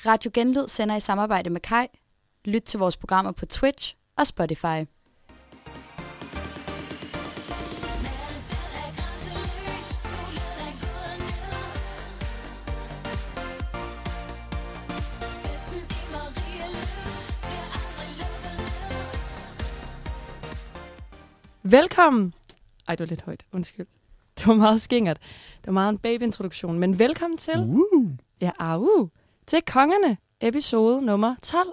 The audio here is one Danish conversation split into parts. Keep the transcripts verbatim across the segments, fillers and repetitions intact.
Radio Genlyd sender i samarbejde med Kai. Lyt til vores programmer på Twitch og Spotify. Velkommen. Ej, det var lidt højt. Undskyld. Det var meget skingert. Det var meget en babyintroduktion. Men velkommen til... Uh. Ja, au. Til Kongerne, episode nummer tolv.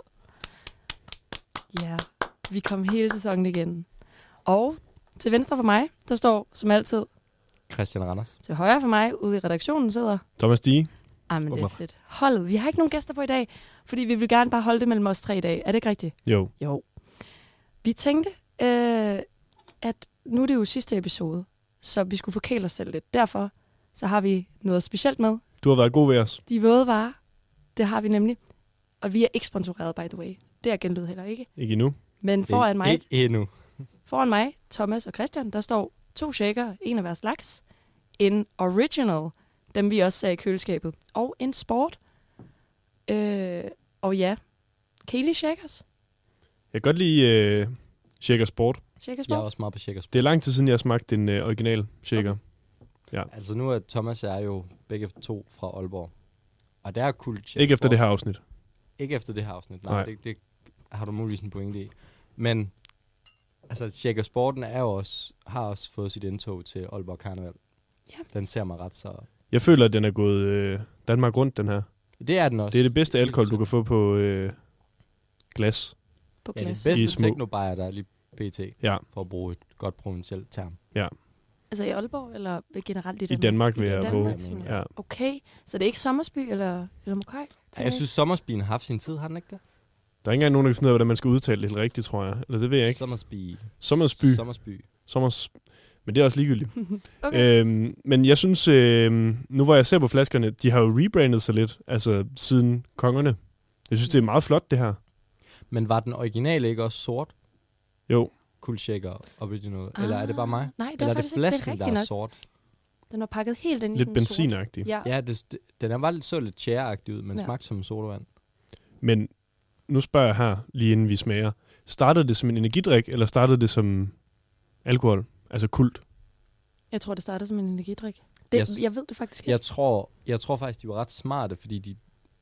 Ja, yeah, vi kom hele sæsonen igen. Og til venstre for mig, der står som altid... Christian Randers. Til højre for mig, ude i redaktionen, sidder... Thomas Dige. Ah, men det er fedt. Holdet. Vi har ikke nogen gæster på i dag, fordi vi vil gerne bare holde det mellem os tre i dag. Er det ikke rigtigt? Jo. Jo. Vi tænkte... Øh, at nu er det jo sidste episode, så vi skulle forkæle os selv lidt. Derfor så har vi noget specielt med. Du har været god ved os. De våde varer, det har vi nemlig. Og vi er ikke sponsoreret, by the way. Det er Genlyd heller ikke. Ikke endnu. Men foran mig, ikke endnu. foran mig, Thomas og Christian, der står to shaker, en af hver slags. En original, dem vi også sagde i køleskabet. Og en sport. Øh, og ja, Kaylee Shakers. Jeg kan godt lide øh, Shaker Sport. Shaker Sport? Jeg er også meget på Shaker Sport. Det er lang tid siden, jeg har smagt den øh, original Shaker. Okay. Ja. Altså nu er Thomas er jo begge to fra Aalborg. Og der er cool Shaker Ikke efter Sport. det her afsnit. Ikke efter det her afsnit. Nej, Nej. Det, det har du muligvis en pointe i. Men altså Shaker Sporten er jo også, har også fået sit indtog til Aalborg Karneval. Ja. Den ser mig ret så... Jeg føler, at den er gået øh, Danmark rundt, den her. Det er den også. Det er det bedste alkohol, du kan få på øh, glas. På Ja, glas. det bedste I små. teknobajer, der er lige pt. Ja. For at bruge et godt provincielt term. Ja. Altså i Aalborg, eller generelt i I Danmark? Danmark vil I jeg Danmark, på. simpelthen. Ja. Okay, så det er ikke Sommersby eller, eller Mokai? Ja, jeg synes, Sommersbyen har haft sin tid, har den ikke det? Der er ikke engang nogen, der kan finde ud af, hvordan man skal udtale det helt rigtigt, tror jeg. Eller det ved jeg ikke. Sommersby. Sommersby. Sommersby. Sommers... Men det er også ligegyldigt. Okay. Øhm, men jeg synes, øh, nu hvor jeg ser på flaskerne, de har jo rebrandet sig lidt, altså siden Kongerne. Jeg synes, det er meget flot, det her. Men var den originale ikke også sort? Jo. Cool Shaker Original. Ah, eller er det bare mig? Nej, det eller er er det faktisk ikke. Det er flasken, der rigtigt er nok. sort? Den var pakket helt ind i Lidt sådan benzinagtig. sort. Ja. Ja, det, det, den er bare lidt, så lidt tjæreagtig ud, men Ja. smagte som sodavand. Men nu spørger jeg her, lige inden vi smager. Startede det som en energidrik, eller startede det som alkohol? Altså kult? Jeg tror, det startede som en energidrik. Det, Yes. Jeg ved det faktisk ikke. Jeg tror, jeg tror faktisk, de var ret smarte, fordi de,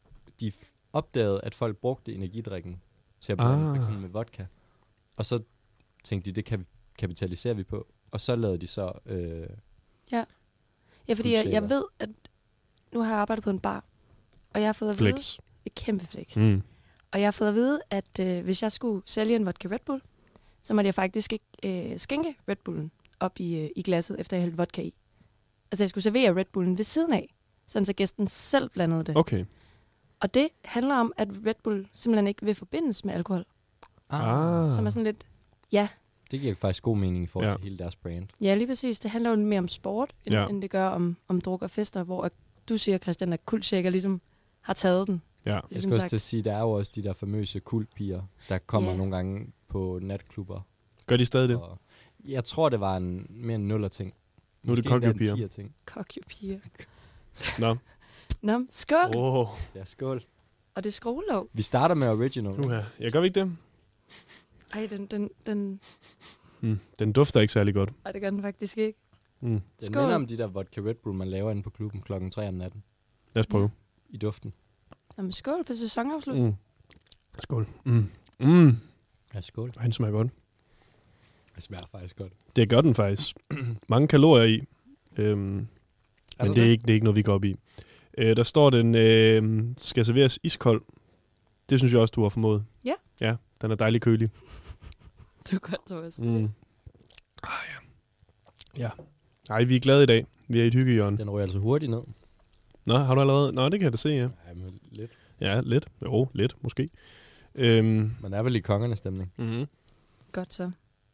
de opdagede, at folk brugte energidrikken til at blande, Ah. for eksempel med vodka. Og så tænkte de, det kan, kapitaliserer vi på. Og så lavede de så... Øh, Ja, fordi jeg, jeg ved, at nu har jeg arbejdet på en bar, og jeg har fået at vide... Flex. Et kæmpe flex. Mm. Og jeg har fået at vide, at øh, hvis jeg skulle sælge en vodka Red Bull, så måtte jeg faktisk ikke øh, skænke Red Bullen op i, øh, i glasset, efter jeg hældte vodka i. Altså jeg skulle servere Red Bullen ved siden af, sådan så gæsten selv blandede det. Okay. Og det handler om, at Red Bull simpelthen ikke vil forbindes med alkohol. ah, Ah. Som er sådan lidt, ja, Det giver faktisk god mening i forhold Ja. til hele deres brand. ja lige præcis. Det handler jo mere om sport, end, Ja. ja. end det gør om, om druk og fester, hvor at du siger, Christian, at Kult Shaker ligesom har taget den. Ja. Jeg Ligesom skal også sagt. til at sige, der er jo også de der famøse kultpiger, der kommer Ja. nogle gange på natklubber. Gør de stadig det? Og jeg tror, det var en mere en nuller ting. Nu er det Måske endda en kokkepiger. tier ting. Kokjopiger. Nå. Nå, skål. Åh. Oh. Ja, skål. Og det er skruelåg. Vi starter med original. Nu her. Jeg gør vi ikke det? Ej, den, den, den, Mm. Den dufter ikke særlig godt. ej, det gør den faktisk ikke. Mm. Den Skål. minder om de der vodka Red Bull, man laver inde på klubben klokken tre om natten. Lad os prøve. I duften. Jamen, skål på sæsonafslutning. Mm. Skål. Mm. Mm. Ja, skål. Han smager godt. Det smager faktisk godt. Det gør den faktisk. Mange kalorier i. Øhm, men der det er, det? ikke, det er ikke noget, vi går op i. Øh, der står, den øh, skal serveres iskold. Det synes jeg også, du har formået. Ja. Ja, den er dejlig kølig. Det var godt, Thomas. Mm. Ah, ja. Ja. Ej, vi er glade i dag. Vi er i et hyggehjørne. Den ryger altså hurtigt ned. Nå, har du allerede? Nå, det kan jeg da se, ja. Ja, men lidt. Ja, lidt. Jo, lidt, måske. Øhm. Man er vel i kongernes stemning. Mm-hmm. Godt så.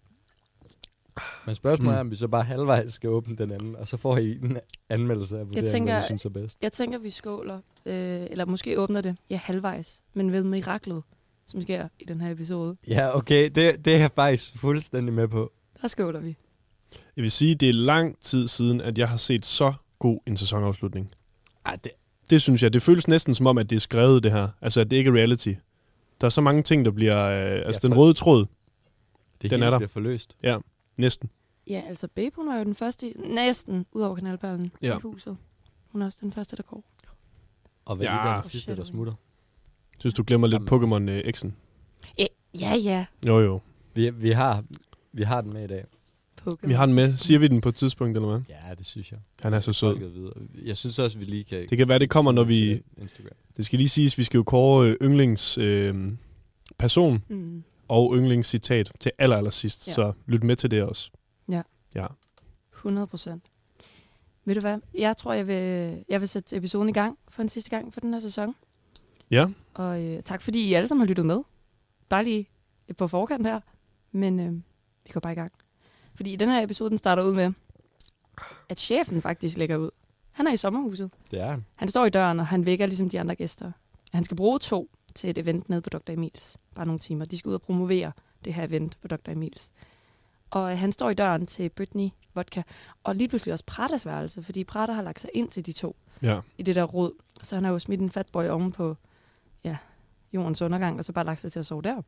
Men spørgsmålet Mm. er, om vi så bare halvvejs skal åbne den anden, og så får I en anmeldelse af vurderingen, tænker- hvad I synes er bedst. Jeg tænker, vi skåler, øh, eller måske åbner det, ja, halvvejs, men ved miraklet, som sker i den her episode. Ja, okay, det, det er jeg faktisk fuldstændig med på. Der skåler vi. Jeg vil sige, det er lang tid siden, at jeg har set så god en sæsonafslutning. Ej, det, Det synes jeg. Det føles næsten som om, at det er skrevet, det her. Altså, at det ikke er reality. Der er så mange ting, der bliver... Øh, altså, Ja, den for- røde tråd, Det Den hele er der. bliver forløst. ja, næsten. Ja, altså Babe, hun var jo den første, næsten, ud over kanalperlen Ja. i huset. Hun er også den første, der går. Og hvad Ja. ja. er den sidste, der smutter? Synes du glemmer lidt Sammen Pokémon øh, X'en? Ja, ja, ja. Jo, jo. Vi, vi, har, vi har den med i dag. Pokémon. Vi har den med. Siger vi den på et tidspunkt, eller hvad? Ja, det synes jeg. Han er så sød. Folket videre. Jeg synes også, vi lige kan... Det kan være, det kommer, når vi... Instagram. Det skal lige siges, vi skal jo kåre øh, yndlings øh, person Mm. og yndlingscitat til aller, aller sidst. Ja. Så lyt med til det også. Ja. Ja. hundrede procent. Ved du hvad? Jeg tror, jeg vil, jeg vil sætte episoden i gang for en sidste gang for den her sæson. Ja. Og øh, tak, fordi I alle sammen har lyttet med. Bare lige på forkant her. Men øh, vi går bare i gang. Fordi i den her episode, den starter ud med, at chefen faktisk lægger ud. Han er i sommerhuset. Det er han. Han står i døren, og han vækker ligesom de andre gæster. Han skal bruge to til et event nede på doktor Emils. Bare nogle timer. De skal ud og promovere det her event på doktor Emils. Og øh, han står i døren til Britney Vodka, og lige pludselig også Pradas værelse, fordi Prada har lagt sig ind til de to Ja. i det der rod. Så han har jo smidt en fatboy oven på ja, jordens undergang, og så bare lagt sig til at sove der.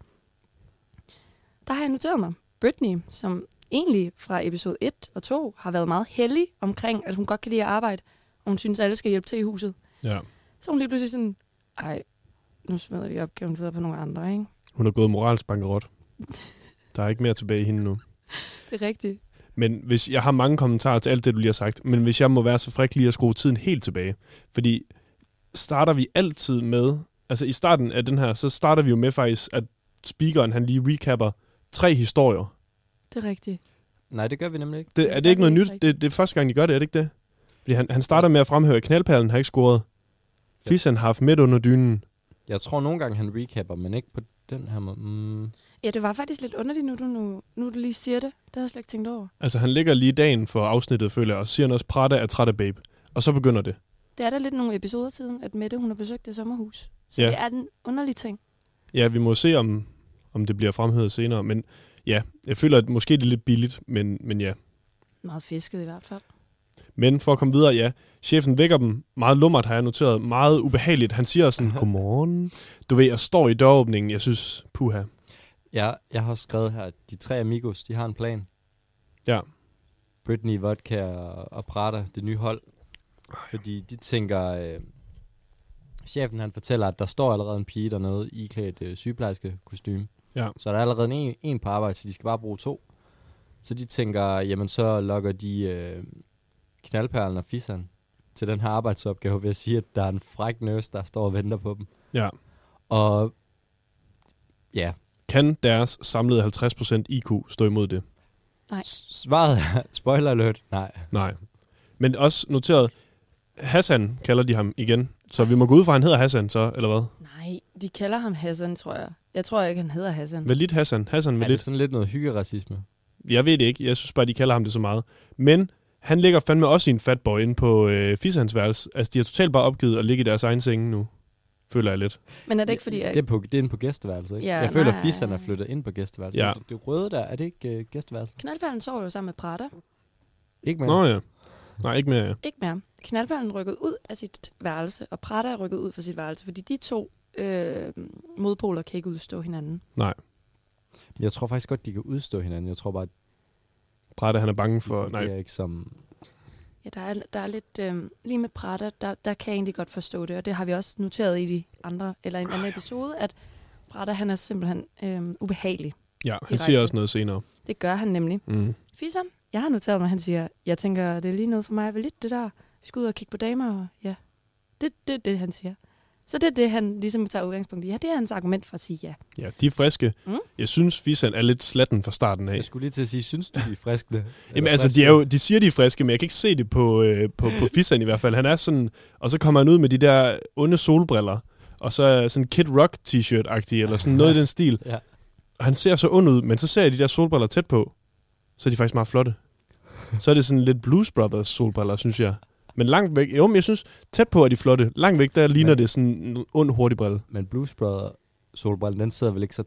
Der har jeg noteret mig Britney, som egentlig fra episode et og to har været meget heldig omkring, at hun godt kan lide at arbejde, og hun synes, at alle skal hjælpe til i huset. Ja. Så er hun lige pludselig sådan, ej, nu smider vi opgaven videre på nogle andre, ikke? Hun er gået moralsk bankerot. Der er ikke mere tilbage i hende nu. Det er rigtigt. Men hvis jeg har mange kommentarer til alt det, du lige har sagt, men hvis jeg må være så fræk lige at skrue tiden helt tilbage, fordi starter vi altid med, altså i starten af den her, så starter vi jo med faktisk, at speakeren han lige recapper tre historier. Det er rigtigt. Nej, det gør vi nemlig ikke. Det, Ja, er det det ikke gør noget vi nyt? ikke Det, det er første gang, de gør det, er det ikke det? Fordi han, han starter med at fremhæve, at knaldperlen har ikke scoret. Fissen har haft midt under dynen. Jeg tror nogle gange, han recapper, men ikke på den her måde. Mm. Ja, det var faktisk lidt underligt, nu du, nu, nu du lige siger det. Det havde jeg slet ikke tænkt over. Altså han ligger lige dagen for afsnittet, føler jeg, og siger han også, Prada er træt af Babe. Og så begynder det. Det er da lidt nogle episoder siden, at Mette hun har besøgt det sommerhus. Så Ja. det er en underlig ting. Ja, vi må se, om, om det bliver fremhævet senere. Men ja, jeg føler, at måske det er lidt billigt, men, men ja. Meget fisket i hvert fald. Men for at komme videre, ja. Chefen vækker dem meget lummert, har jeg noteret. Meget ubehageligt. Han siger sådan, godmorgen. Du ved, jeg står i døråbningen. Jeg synes, puha. Ja, jeg har skrevet her, at de tre amigos, de har en plan. Ja. Britney, Vodka og, og Prada, det nye hold. Fordi de tænker, øh, chefen han fortæller, at der står allerede en pige dernede i klædt øh, sygeplejerske kostume. Ja. Så der er allerede en, en på arbejde, så de skal bare bruge to. Så de tænker, jamen så lokker de øh, knaldperlen og fisseren til den her arbejdsopgave ved at sige, at der er en fræk nurse, der står og venter på dem. Ja. Og ja, Kan deres samlede halvtreds procent I Q stå imod det? Nej. S- svaret er, spoiler alert, nej. Nej. Men også noteret, Hassan kalder de ham igen. Så vi må gå ud fra, at han hedder Hassan så, eller hvad? Nej, de kalder ham Hassan, tror jeg. Jeg tror ikke, han hedder Hassan. Valit Hassan. Hassan med Er det lidt. sådan lidt noget hyggeracisme? Jeg ved det ikke. Jeg synes bare, de kalder ham det så meget. Men han ligger fandme også i en fatboy inde på øh, Fissans værelse. Altså, de har totalt bare opgivet at ligge i deres egen senge nu. Føler jeg lidt. Men er det ikke, fordi... Det er, på, det er inde på gæsteværelset, ikke? Ja, jeg føler, nej. at Fisseren er flyttet ind på gæsteværelset. Ja. Det, det røde der, er det ikke uh, gæsteværelset? Knaldperlen sover jo sammen med Prada. Ikke mere. Nå ja. Nej, ikke mere. Ja. Ikke mere. Knaldperlen rykket ud af sit værelse, og Prada er rykket ud fra sit værelse, fordi de to øh, modpoler kan ikke udstå hinanden. Nej. Jeg tror faktisk godt, de kan udstå hinanden. Jeg tror bare, at Prada, han er bange de for... fungerer Nej. ikke som... Ja, der er, der er lidt... Øh, lige med Prada, der, der kan jeg egentlig godt forstå det, og det har vi også noteret i de andre, eller i en anden episode, at Prada, han er simpelthen øh, ubehagelig. Ja, han Direkte. siger også noget senere. Det gør han nemlig. Mm. Fisseren, jeg har noteret mig, han siger, jeg tænker, det er lige noget for mig, vel lidt det der, vi skal ud og kigge på damer, og ja, det er det, det, han siger. Så det er det, han ligesom tager udgangspunkt i. Ja, det er hans argument for at sige ja. Ja, de er friske. Mm. Jeg synes, Fissan er lidt slatten fra starten af. Jeg skulle lige til at sige, synes du, de er friske? Jamen altså, de, er jo, de siger, de er friske, men jeg kan ikke se det på, øh, på, på Fissan i hvert fald. Han er sådan, og så kommer han ud med de der onde solbriller, og så sådan Kid Rock t-shirt-agtig, eller sådan noget i den stil. Ja. Og han ser så ond ud, men så ser jeg de der solbriller tæt på, så er de faktisk meget flotte. Så er det sådan lidt Blues Brothers solbriller, synes jeg. Men langt væk, jo, men jeg synes, tæt på er de flotte. Langt væk, der ligner Men- det sådan en ond hurtig brille. Men Blues Brother solbrillen, den sidder vel ikke så tæt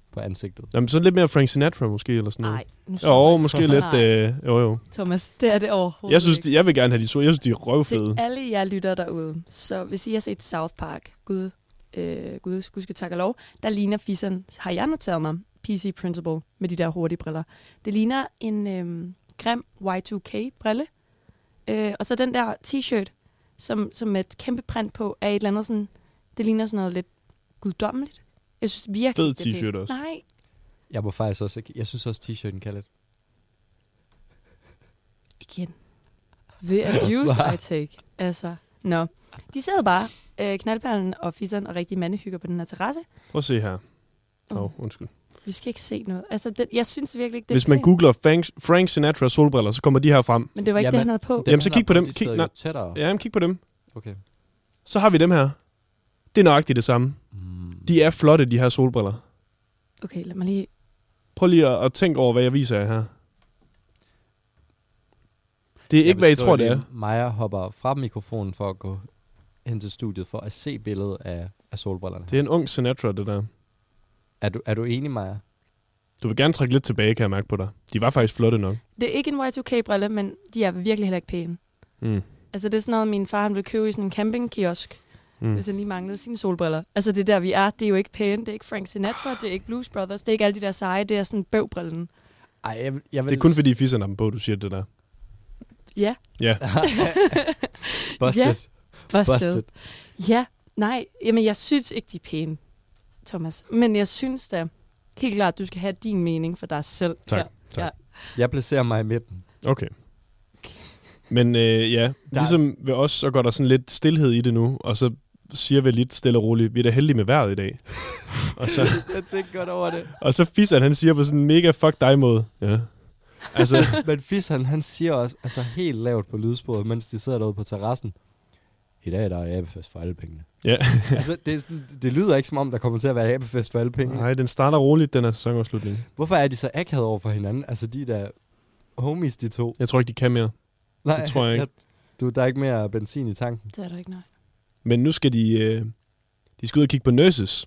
på ansigtet. Jamen, så lidt mere Frank Sinatra måske, eller sådan noget. Nej, nu Jo, stopper jeg. måske lidt, Nej. øh, jo jo. Thomas, det er det overhovedet Jeg synes, ikke. de, jeg vil gerne have de så. Jeg synes, de er røvfede. Til alle jer lytter derude, så hvis I har set South Park, Gud, øh, Gud, Gud skal takke og lov, der ligner fisseren, har jeg noteret mig, P C Principal med de der hurtige briller. Det ligner en øh, grim Y to K-brille, øh, og så den der t-shirt, som, som med et kæmpe print på, er et eller andet sådan, det ligner sådan noget lidt guddommeligt. Jeg synes virkelig, Fed det er t-shirt pænt. også. Nej, Jeg må faktisk også, jeg synes også, t-shirten kan lidt. igen. The abuse I take. Altså, nå. De sidder bare, øh, knaldperlen og fisseren og rigtig mandehygger på den her terrasse. Prøv at se her. Åh, Oh. oh, undskyld. Vi skal ikke se noget. Altså, det, jeg synes virkelig ikke, det er Hvis man pænt. googler Frank, Frank Sinatra solbriller, så kommer de her frem. Men det var ikke Jamen, det, han havde på. Jamen, så kig på dem. De Kig- sidder nej. jo tættere. Ja, men kig på dem. Okay. Så har vi dem her. Det er nøjagtigt det samme. Mm. De er flotte, de her solbriller. Okay, lad mig lige... Prøv lige at, at tænke over, hvad jeg viser jer her. Det er Jeg ikke, hvad I beskriver tror, det lige, er. Maja hopper fra mikrofonen for at gå hen til studiet for at se billedet af, af solbrillerne. Det er en ung Sinatra, det der. Er du, er du enig, Maja? Du vil gerne trække lidt tilbage, kan jeg mærke på dig. De var faktisk flotte nok. Det er ikke en Y to K-brille, men de er virkelig heller ikke pæne. Mm. Altså, det er sådan noget, min far han ville købe i sådan en campingkiosk, mm. Mm. hvis han lige manglede sine solbriller. Altså, det er der, vi er. Det er jo ikke pæne. Det er ikke Frank Sinatra, det er ikke Blues Brothers, det er ikke alle de der seje. Det er sådan bøvbrillen. Ej, jeg, vil- jeg vil Det er kun fordi fisserne har dem på, du siger det der. Ja. Ja. Busted. Ja. Busted. Busted. Ja, nej. Jamen, jeg synes ikke, de er pæne, Thomas. Men jeg synes da helt klart, du skal have din mening for dig selv. Tak. Ja. tak. Ja. Jeg placerer mig i midten. Okay. Men øh, ja, Der- ligesom ved os, så går der sådan lidt stillhed i det nu, og så siger vi lidt stille og roligt, vi er da heldige med vejret i dag. og, så, Jeg tænker godt over det. og så Fissan, han siger på sådan en mega fuck dig måde. Ja. Altså, Men Fisseren, han siger også altså helt lavt på lydsporet, mens de sidder derude på terrassen. I dag der er abefest for alle pengene. ja. altså, det, er sådan, det lyder ikke som om, der kommer til at være abefest for alle penge. Nej, den starter roligt, den her sæsonafslutning. Hvorfor er de så akavet over for hinanden? Altså, de der homies, de to. Jeg tror ikke, de kan mere. Nej, Det tror jeg ikke. du, der er ikke mere benzin i tanken. Det er der ikke, nej. Men nu skal de, øh, de skal ud og kigge på nurses.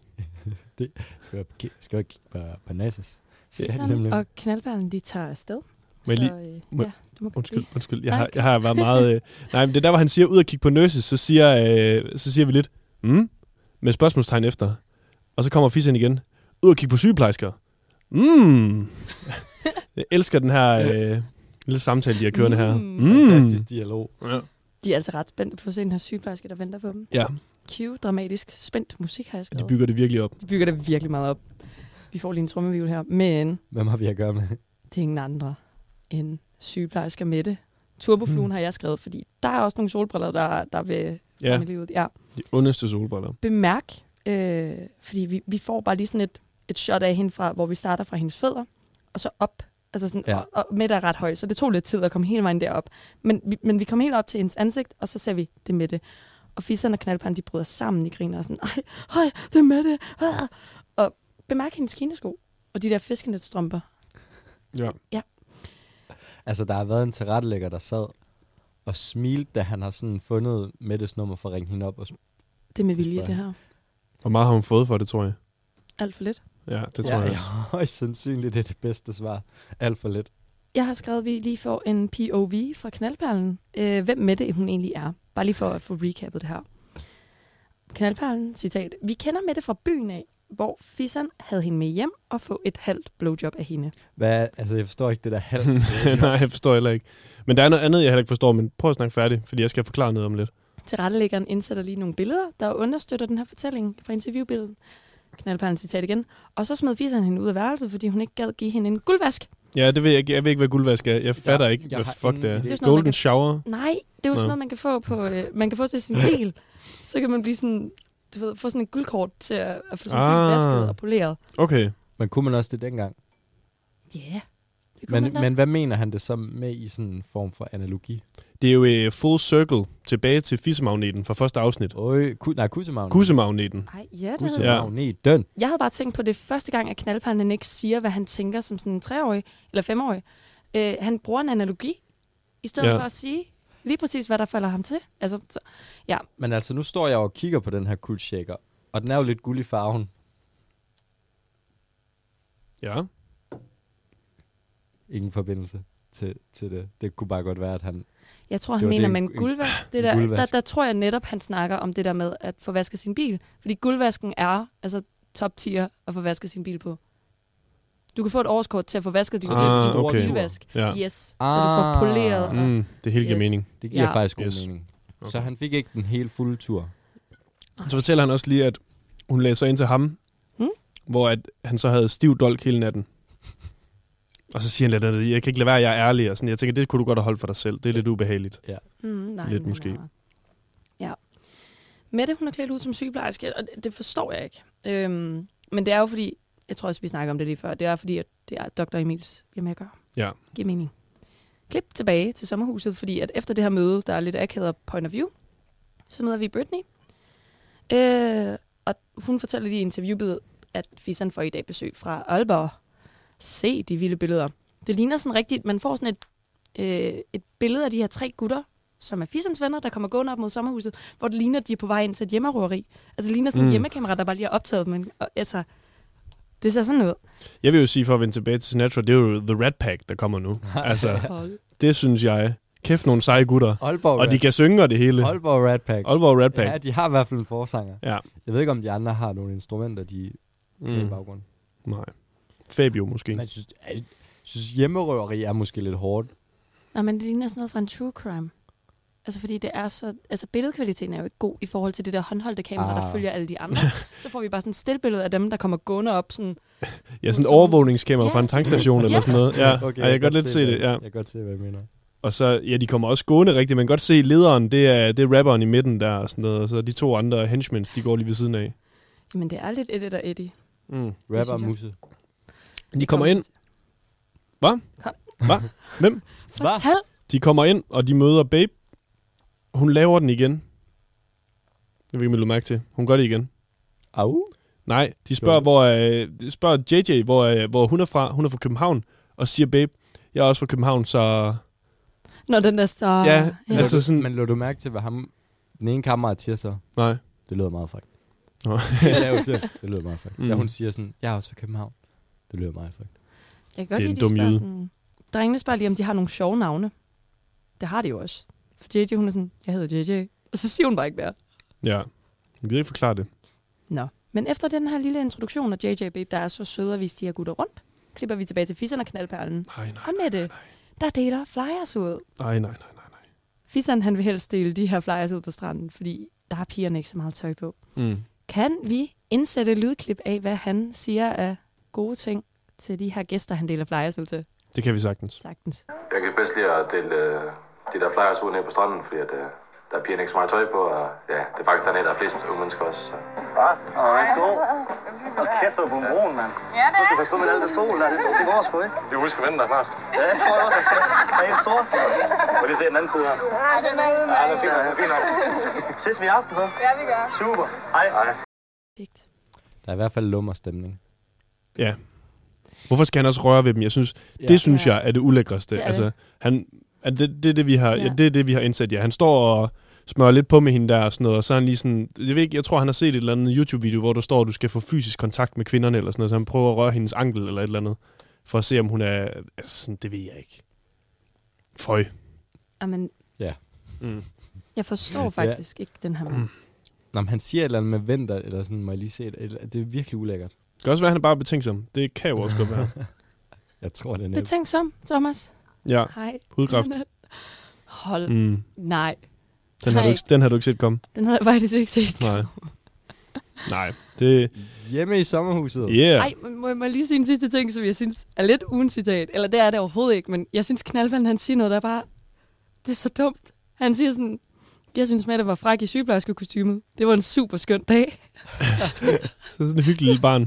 Skal jeg, ki- skal jeg kigge på, på Nases? Ja, Sådan, nemlig. og knaldperlen, de tager afsted. Må jeg så, lige- øh, må- ja, du må gå Undskyld, forbi. undskyld. Jeg Nej, har, okay. jeg har været meget... Øh, nej, men det er der, hvor han siger, ud og kigge på nurses, så siger, øh, så siger vi lidt, mm, med spørgsmålstegn efter. Og så kommer Fissen igen, ud og kigge på sygeplejersker. Mm. Jeg elsker den her øh, lille samtale, de har kørende her. Mm. Fantastisk dialog. Ja. De er altså ret spændte på at se den her sygeplejerske, der venter på dem. ja, Cue, dramatisk, spændt musik har jeg skrevet. de bygger det virkelig op. de bygger det virkelig meget op. Vi får lige en trommevivl her, men Hvem har vi at gøre med? det er ingen andre end sygeplejersker Mette. Turbofluen Mm. har jeg skrevet, fordi der er også nogle solbriller, der, der vil Ja, frem i livet. Ja. de ondeste solbriller. Bemærk, øh, fordi vi, vi får bare lige sådan et, et shot af hende, fra, hvor vi starter fra hendes fødder, og så op. Altså sådan, Ja. ja. og, og Mette er ret høj, så det tog lidt tid at komme hele vejen derop. Men vi, men vi kom helt op til hendes ansigt, og så ser vi det Mette. Og fisserne og knaldpanden, de bryder sammen i griner og sådan, ej, ej, det er Mette. Ah. Og bemærk hendes kinesko, og de der fiskenetstrømper. Ja. Altså, der har været en tilrettelægger, der sad og smilte, da han har sådan fundet Mettes nummer for at ringe hende op. Og Det er med vilje, Spørg. det her. Hvor meget har hun fået for det, tror jeg? Alt for lidt. Ja, det tror ja, jeg. ja, højst sandsynligt, det er det bedste svar. Alt for lidt. Jeg har skrevet, at vi lige får en P O V fra knaldperlen. Øh, hvem Mette hun egentlig er. Bare lige for at få recappet det her. Knaldperlen, citat. Vi kender Mette fra byen af, hvor Fissen havde hende med hjem og få et halvt blowjob af hende. Hvad, altså, jeg forstår ikke det der halv. Nej, jeg forstår heller ikke. Men der er noget andet, jeg heller ikke forstår, men prøv at snakke færdig, fordi jeg skal forklare noget om lidt. Tilrettelæggeren indsætter lige nogle billeder, der understøtter den her fortælling fra interviewbilledet. Knaldperlen, citat igen. Og så smed Fissen hende ud af værelset, fordi hun ikke gad give hende en guldvask. Ja, det ved jeg ikke. Jeg ved ikke, hvad guldvask er. Jeg fatter Jeg- ikke, jeg hvad har fuck ingen det er. idé. Det er sådan noget, man Golden kan- shower? Nej, det er jo Nå. sådan noget, man kan få på, øh, man kan få til sin bil. Så kan man blive sådan, du ved, få sådan et guldkort til at, at få sin Ah. bil vasket og poleret. Okay. Men kunne man også det dengang? Ja, yeah, det kunne Men, man da. men hvad mener han det så med i sådan en form for analogi? Det er jo uh, full circle tilbage til fissemagneten fra første afsnit. Øj, ku, nej, kussemagneten. Kussemagneten. Ej, ja, det havde Kussemagneten. Jeg havde bare tænkt på det første gang, at knaldperlen ikke siger, hvad han tænker som sådan en treårig eller femårig. Øh, han bruger en analogi, i stedet Ja. ja. for at sige lige præcis, hvad der falder ham til. Altså, så, ja, Men altså, nu står jeg og kigger på den her kuldshaker, og den er jo lidt guld i farven. Ja. Ingen forbindelse til, til det. Det kunne bare godt være, at han... Jeg tror, han Det var mener det, med en- en guldvask. Det en der, guldvask. der, der tror jeg netop, han snakker om det der med at få vasket sin bil. Fordi guldvasken er altså top tier at få vasket sin bil på. Du kan få et årskort til at få vasket din Ah, store okay. bilvask. Ja. Yes, så du får poleret. og- Mm, det hele giver Yes. mening. Det giver Ja. faktisk god Yes. mening. Okay. Så han fik ikke den helt fulde tur. Så fortæller han også lige, at hun læser ind til ham, Hmm? hvor at han så havde stiv dolk hele natten. Og så siger han lidt, at jeg kan ikke lade være, jeg er ærlig. Og sådan. Jeg tænker, det kunne du godt have holdt for dig selv. Det er lidt ubehageligt. Mm, nej, Lidt men, måske. uh, Ja. Mette, hun er klædt ud som sygeplejerske, og det, det forstår jeg ikke. Øhm, men det er jo fordi, jeg tror også, vi snakker om det lige før, det er fordi, at det er doktor Emils hjemme at gøre. Ja. Giver mening. Klip tilbage til sommerhuset, fordi at efter det her møde, der er lidt akavet point of view, så møder vi Britney. Øh, og hun fortæller lige i interviewet, at Fisan får i dag besøg fra Aalborg. Se de vilde billeder. Det ligner sådan rigtigt, man får sådan et, øh, et billede af de her tre gutter, som er Fisans venner, der kommer gående op mod sommerhuset, hvor det ligner, at de er på vej ind til et hjemmerøveri. Altså det ligner sådan Mm. en hjemmekamera, der bare lige er optaget, men og, altså, det ser sådan ud. Jeg vil jo sige, for at vende tilbage til Sinatra, det er jo The Rat Pack, der kommer nu. Altså, Hold. det synes jeg. Kæft nogle seje gutter. Aalborg Og de kan synge og det hele. Aalborg Rat Pack. Aalborg Rat Pack. Ja, de har i hvert fald en forsanger. Ja. Jeg ved ikke, om de andre har nogle instrumenter, de kører Mm. i baggrunden. Nej. Fabio måske. Men jeg synes, jeg synes hjemmerøveri er måske lidt hårdt. Nå, men det ligner sådan noget fra en true crime. Altså fordi det er så... Altså billedkvaliteten er jo ikke god i forhold til det der håndholdte kamera, ah. der Ah. følger alle de andre. Så får vi bare sådan et stillbillede af dem, der kommer gående op sådan... Ja, sådan en overvågningskamera fra en tankstation Ja. eller sådan noget. Ja, Okay, okay, ja jeg kan godt lidt se det. Ja. Jeg kan godt se, hvad jeg mener. Og så, ja, de kommer også gående rigtigt. Man kan godt se lederen, det er, det er rapperen i midten der og sådan noget. Og så de to andre henchmens, de går lige ved siden af. Jamen det er lidt Eddie og Eddie. Mm. Rapper synes jeg. Musse. De kommer ind. Hvad? Kom. Hvad? Hvem? Fortæl! De kommer ind, og de møder Babe. Hun laver den igen. Jeg ved ikke, om I lå mærke til. Hun gør det igen. Au. Nej, de spørger, hvor, øh, de spørger J J, hvor, øh, hvor hun er fra. Hun er fra København. Og siger Babe, jeg er også fra København, så... Når den der så... Ja, Ja. altså sådan... Men lå du mærke til, hvad ham, den ene kammerat siger så? Nej. Det lyder meget frækt. Nå. Ja, det, siger, det lyder meget frækt. Mm. Mm. Da hun siger sådan, jeg er også fra København. Det lyder meget frækt. Jeg kan godt Det er lide, en de dum spørger jyde. sådan... Drengene spørger lige, om de har nogle sjove navne. Det har de jo også. For J J, hun er sådan, jeg hedder J J. Og så siger hun bare ikke mere. Ja. Jeg kan ikke forklare det. Nå. Men efter den her lille introduktion af J J Babe, der er så søde at vise de her gutter rundt, klipper vi tilbage til Fisan og Knaldperlen. Nej, nej, Og Mette, der deler flyers ud. nej, nej, nej, nej, nej. Fisan, han vil helst dele de her flyers ud på stranden, fordi der har pigerne ikke så meget tøj på. Mm. Kan vi indsætte et lydklip af, hvad han siger af gode ting til de her gæster, han deler flyers ud til? Det kan vi sagtens. Sagtens. Jeg kan bedst lide at dele øh, de der flyers ud nede på stranden, fordi at, øh, der er pigerne ikke så meget tøj på, og ja, det er faktisk dernede, der er flest unge mennesker også. Så. Hvad? Og værsgo. Og kæft, du er på broen, mand. Ja, det Du er. skal passe på med alt det sol der. Det, det går sgu ikke. Vi husker at vende dig snart. Ja, det tror jeg også, jeg skal. Der er helt sort. Må lige se den anden side her. Ja, den er Ja, det er fint nok. Det er fint nok. Ses vi i aften så? Ja, vi gør. Super. Hej. Hej. Perfekt. Der er i hvert fald lummer stemning. Ja. Hvorfor skal han også røre ved dem? Jeg synes, Ja. det synes Ja. jeg er det ulækreste. Det er altså, det. han, at det, det, er det, vi har, Ja. ja. det er det, vi har indsat. Ja. Han står og smører lidt på med hende der og sådan noget, og så er han lige sådan, jeg ved ikke, jeg tror, han har set et eller andet YouTube-video, hvor der står, at du skal få fysisk kontakt med kvinderne eller sådan noget, så han prøver at røre hendes ankel eller et eller andet, for at se, om hun er, altså sådan, det ved jeg ikke. Føj. Jamen, Ja. Mm. jeg forstår faktisk ikke den her mand. Mm. Nå, men han siger et eller andet med venter, eller sådan, må jeg lige se det. Eller- Det er virkelig ulækkert. Det kan også være, at han er bare betænksom. Det kan jo også godt være. Jeg tror, det er nemt. Betænksom, Thomas. Ja, Hej. hudkræft. Hold. Mm. Nej. Den, har du Nej. ikke, den har du ikke set komme. Den havde jeg faktisk ikke set. Nej. Nej, det... Hjemme i sommerhuset. Yeah. Ej, må, jeg- må jeg lige sige en sidste ting, som jeg synes er lidt uden citat. Eller det er det overhovedet ikke, men jeg synes, Knaldmanden, han siger noget, der er bare... Det er så dumt. Han siger sådan... Jeg synes, Mette var fræk i sygeplejerskekostymet. Det var en super skøn dag. Så sådan en hyggelig lille barn.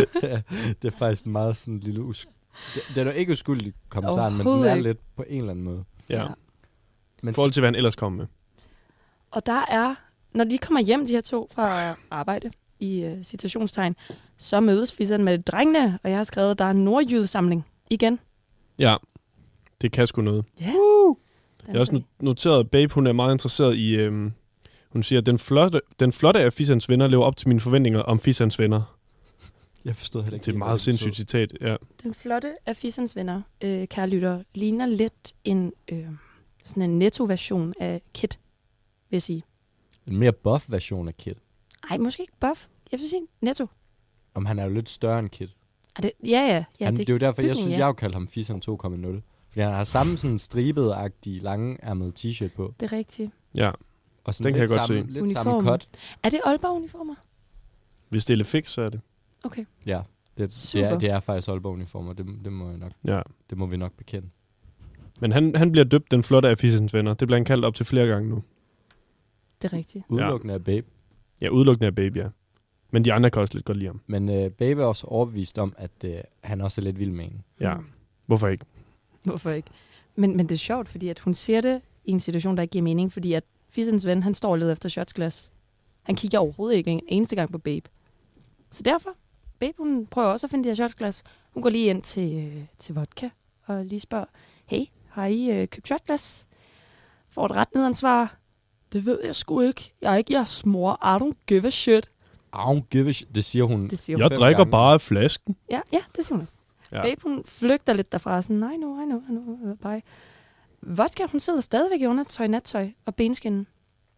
Det er faktisk meget sådan en lille usk... Det, det er jo ikke uskyldig kommentar, men den Overhovedet er ikke. lidt på en eller anden måde. Ja. Ja. Men I forhold til, hvad han ellers kom med. Og der er... Når de kommer hjem, de her to fra arbejde, i uh, citationstegn, så mødes Fisan med drengene, og jeg har skrevet, at der er en nordjydesamling igen. Ja, det kan sgu noget. Ja. Jeg har også no- noteret, at Babe, hun er meget interesseret i... Øhm, hun siger, at den flotte, den flotte af Fisans venner lever op til mine forventninger om Fisans venner. Jeg forstod heller ikke. Det er et helt, meget hvad det sindssygt betød. citat, ja. Den flotte af Fissens venner, øh, kære lytter, ligner lidt en, øh, sådan en netto-version af Kit, vil jeg sige. En mere buff version af Kit. Ej, måske ikke buff. Jeg vil sige netto. Om han er jo lidt større end Kit. Er det, ja, ja. ja Han, det, det er jo derfor, jeg bygning, synes, ja. jeg har jo kaldt ham Fisseren to komma nul. Fordi han har samme sådan stribet-agtige, lange-ærmede t-shirt på. Det er rigtigt. Ja, Og sådan Den kan lidt jeg godt samme, se. Lidt samme Uniformer. cut. Er det Aalborg-uniformer? hvis det er lidt fix, så er det. Okay. Ja, det, det, Super. er, det er faktisk Aalborg-uniformer. Det, det, må jeg nok, Ja. det må vi nok bekende. Men han, han bliver døbt den flotte af Fissens venner. Det bliver han kaldt op til flere gange nu. Det er rigtigt. Udelukkende af Babe. Ja, udelukkende af Baby, ja. Men de andre kan også lidt godt lide ham. Men øh, Babe er også overbevist om, at øh, han også er lidt vild med hende. Ja, Mm. hvorfor ikke? Hvorfor ikke? Men, men det er sjovt, fordi at hun siger det i en situation, der ikke giver mening, fordi at Fissens ven, han står og leder efter shotsglas. Han kigger overhovedet ikke en eneste gang på Babe. Så derfor, Babe, hun prøver også at finde de her shotsglas. Hun går lige ind til, øh, til vodka og lige spørger, hey, har I øh, købt shotglas? Får et ret nedansvar. Det ved jeg sgu ikke. Jeg er ikke jeres mor. I don't give a shit. I don't give a shit. Det siger hun. Det siger hun. Jeg fem drikker gange. bare af flasken. Ja, ja, det siger hun også. Ja. Ja. Babe, hun flygter lidt derfra, sådan, nej, no, I know, I know, bye. Vodka, hun sidder stadigvæk i undertøj, nattøj og benskinnen.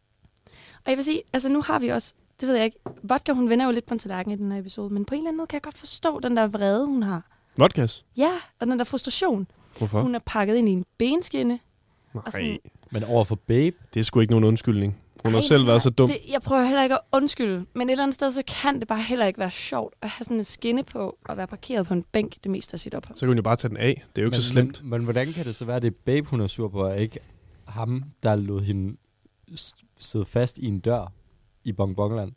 Og jeg vil sige, altså nu har vi også, det ved jeg ikke, Vodka, hun vender jo lidt på en tallerken i den her episode, men på en eller anden måde kan jeg godt forstå den der vrede, hun har. Vodkas? Ja, og den der frustration. Hvorfor? Hun er pakket ind i en benskinne. Nej, og sådan- Men over for Babe, det er sgu ikke nogen undskyldning. Hun har Ej, selv nej, været så dum. Det, jeg prøver heller ikke at undskylde, men et eller andet sted, så kan det bare heller ikke være sjovt at have sådan en skinne på og være parkeret på en bænk det meste af sit ophold. Så kan hun jo bare tage den af. Det er jo ikke men, så slemt. Men, men hvordan kan det så være, at det er Babe, hun er sur på, og ikke ham, der lod hende s- sidde fast i en dør i Bonbonland?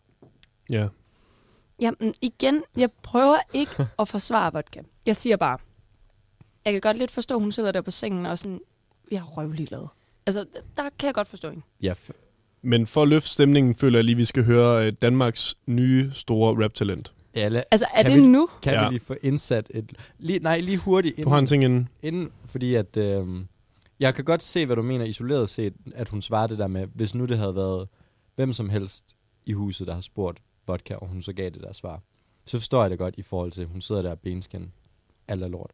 Ja. Jamen igen, jeg prøver ikke at forsvare vodka. Jeg siger bare, jeg kan godt lidt forstå, at hun sidder der på sengen og sådan, jeg er røvlig glad. Altså, der kan jeg godt forstå hende. Ja, f- Men for at løfte stemningen, føler jeg lige, vi skal høre øh, Danmarks nye store rap-talent. ja la- Altså, er Kan det vi- nu? kan Ja. vi lige få indsat et... Lige, nej, lige hurtigt. Du har en ting inden. Inden, fordi at... Øh, jeg kan godt se, hvad du mener isoleret set, at hun svarer det der med, hvis nu det havde været hvem som helst i huset, der har spurgt vodka, og hun så gav det der svar. Så forstår jeg det godt i forhold til, at hun sidder der og benskin alt er lort.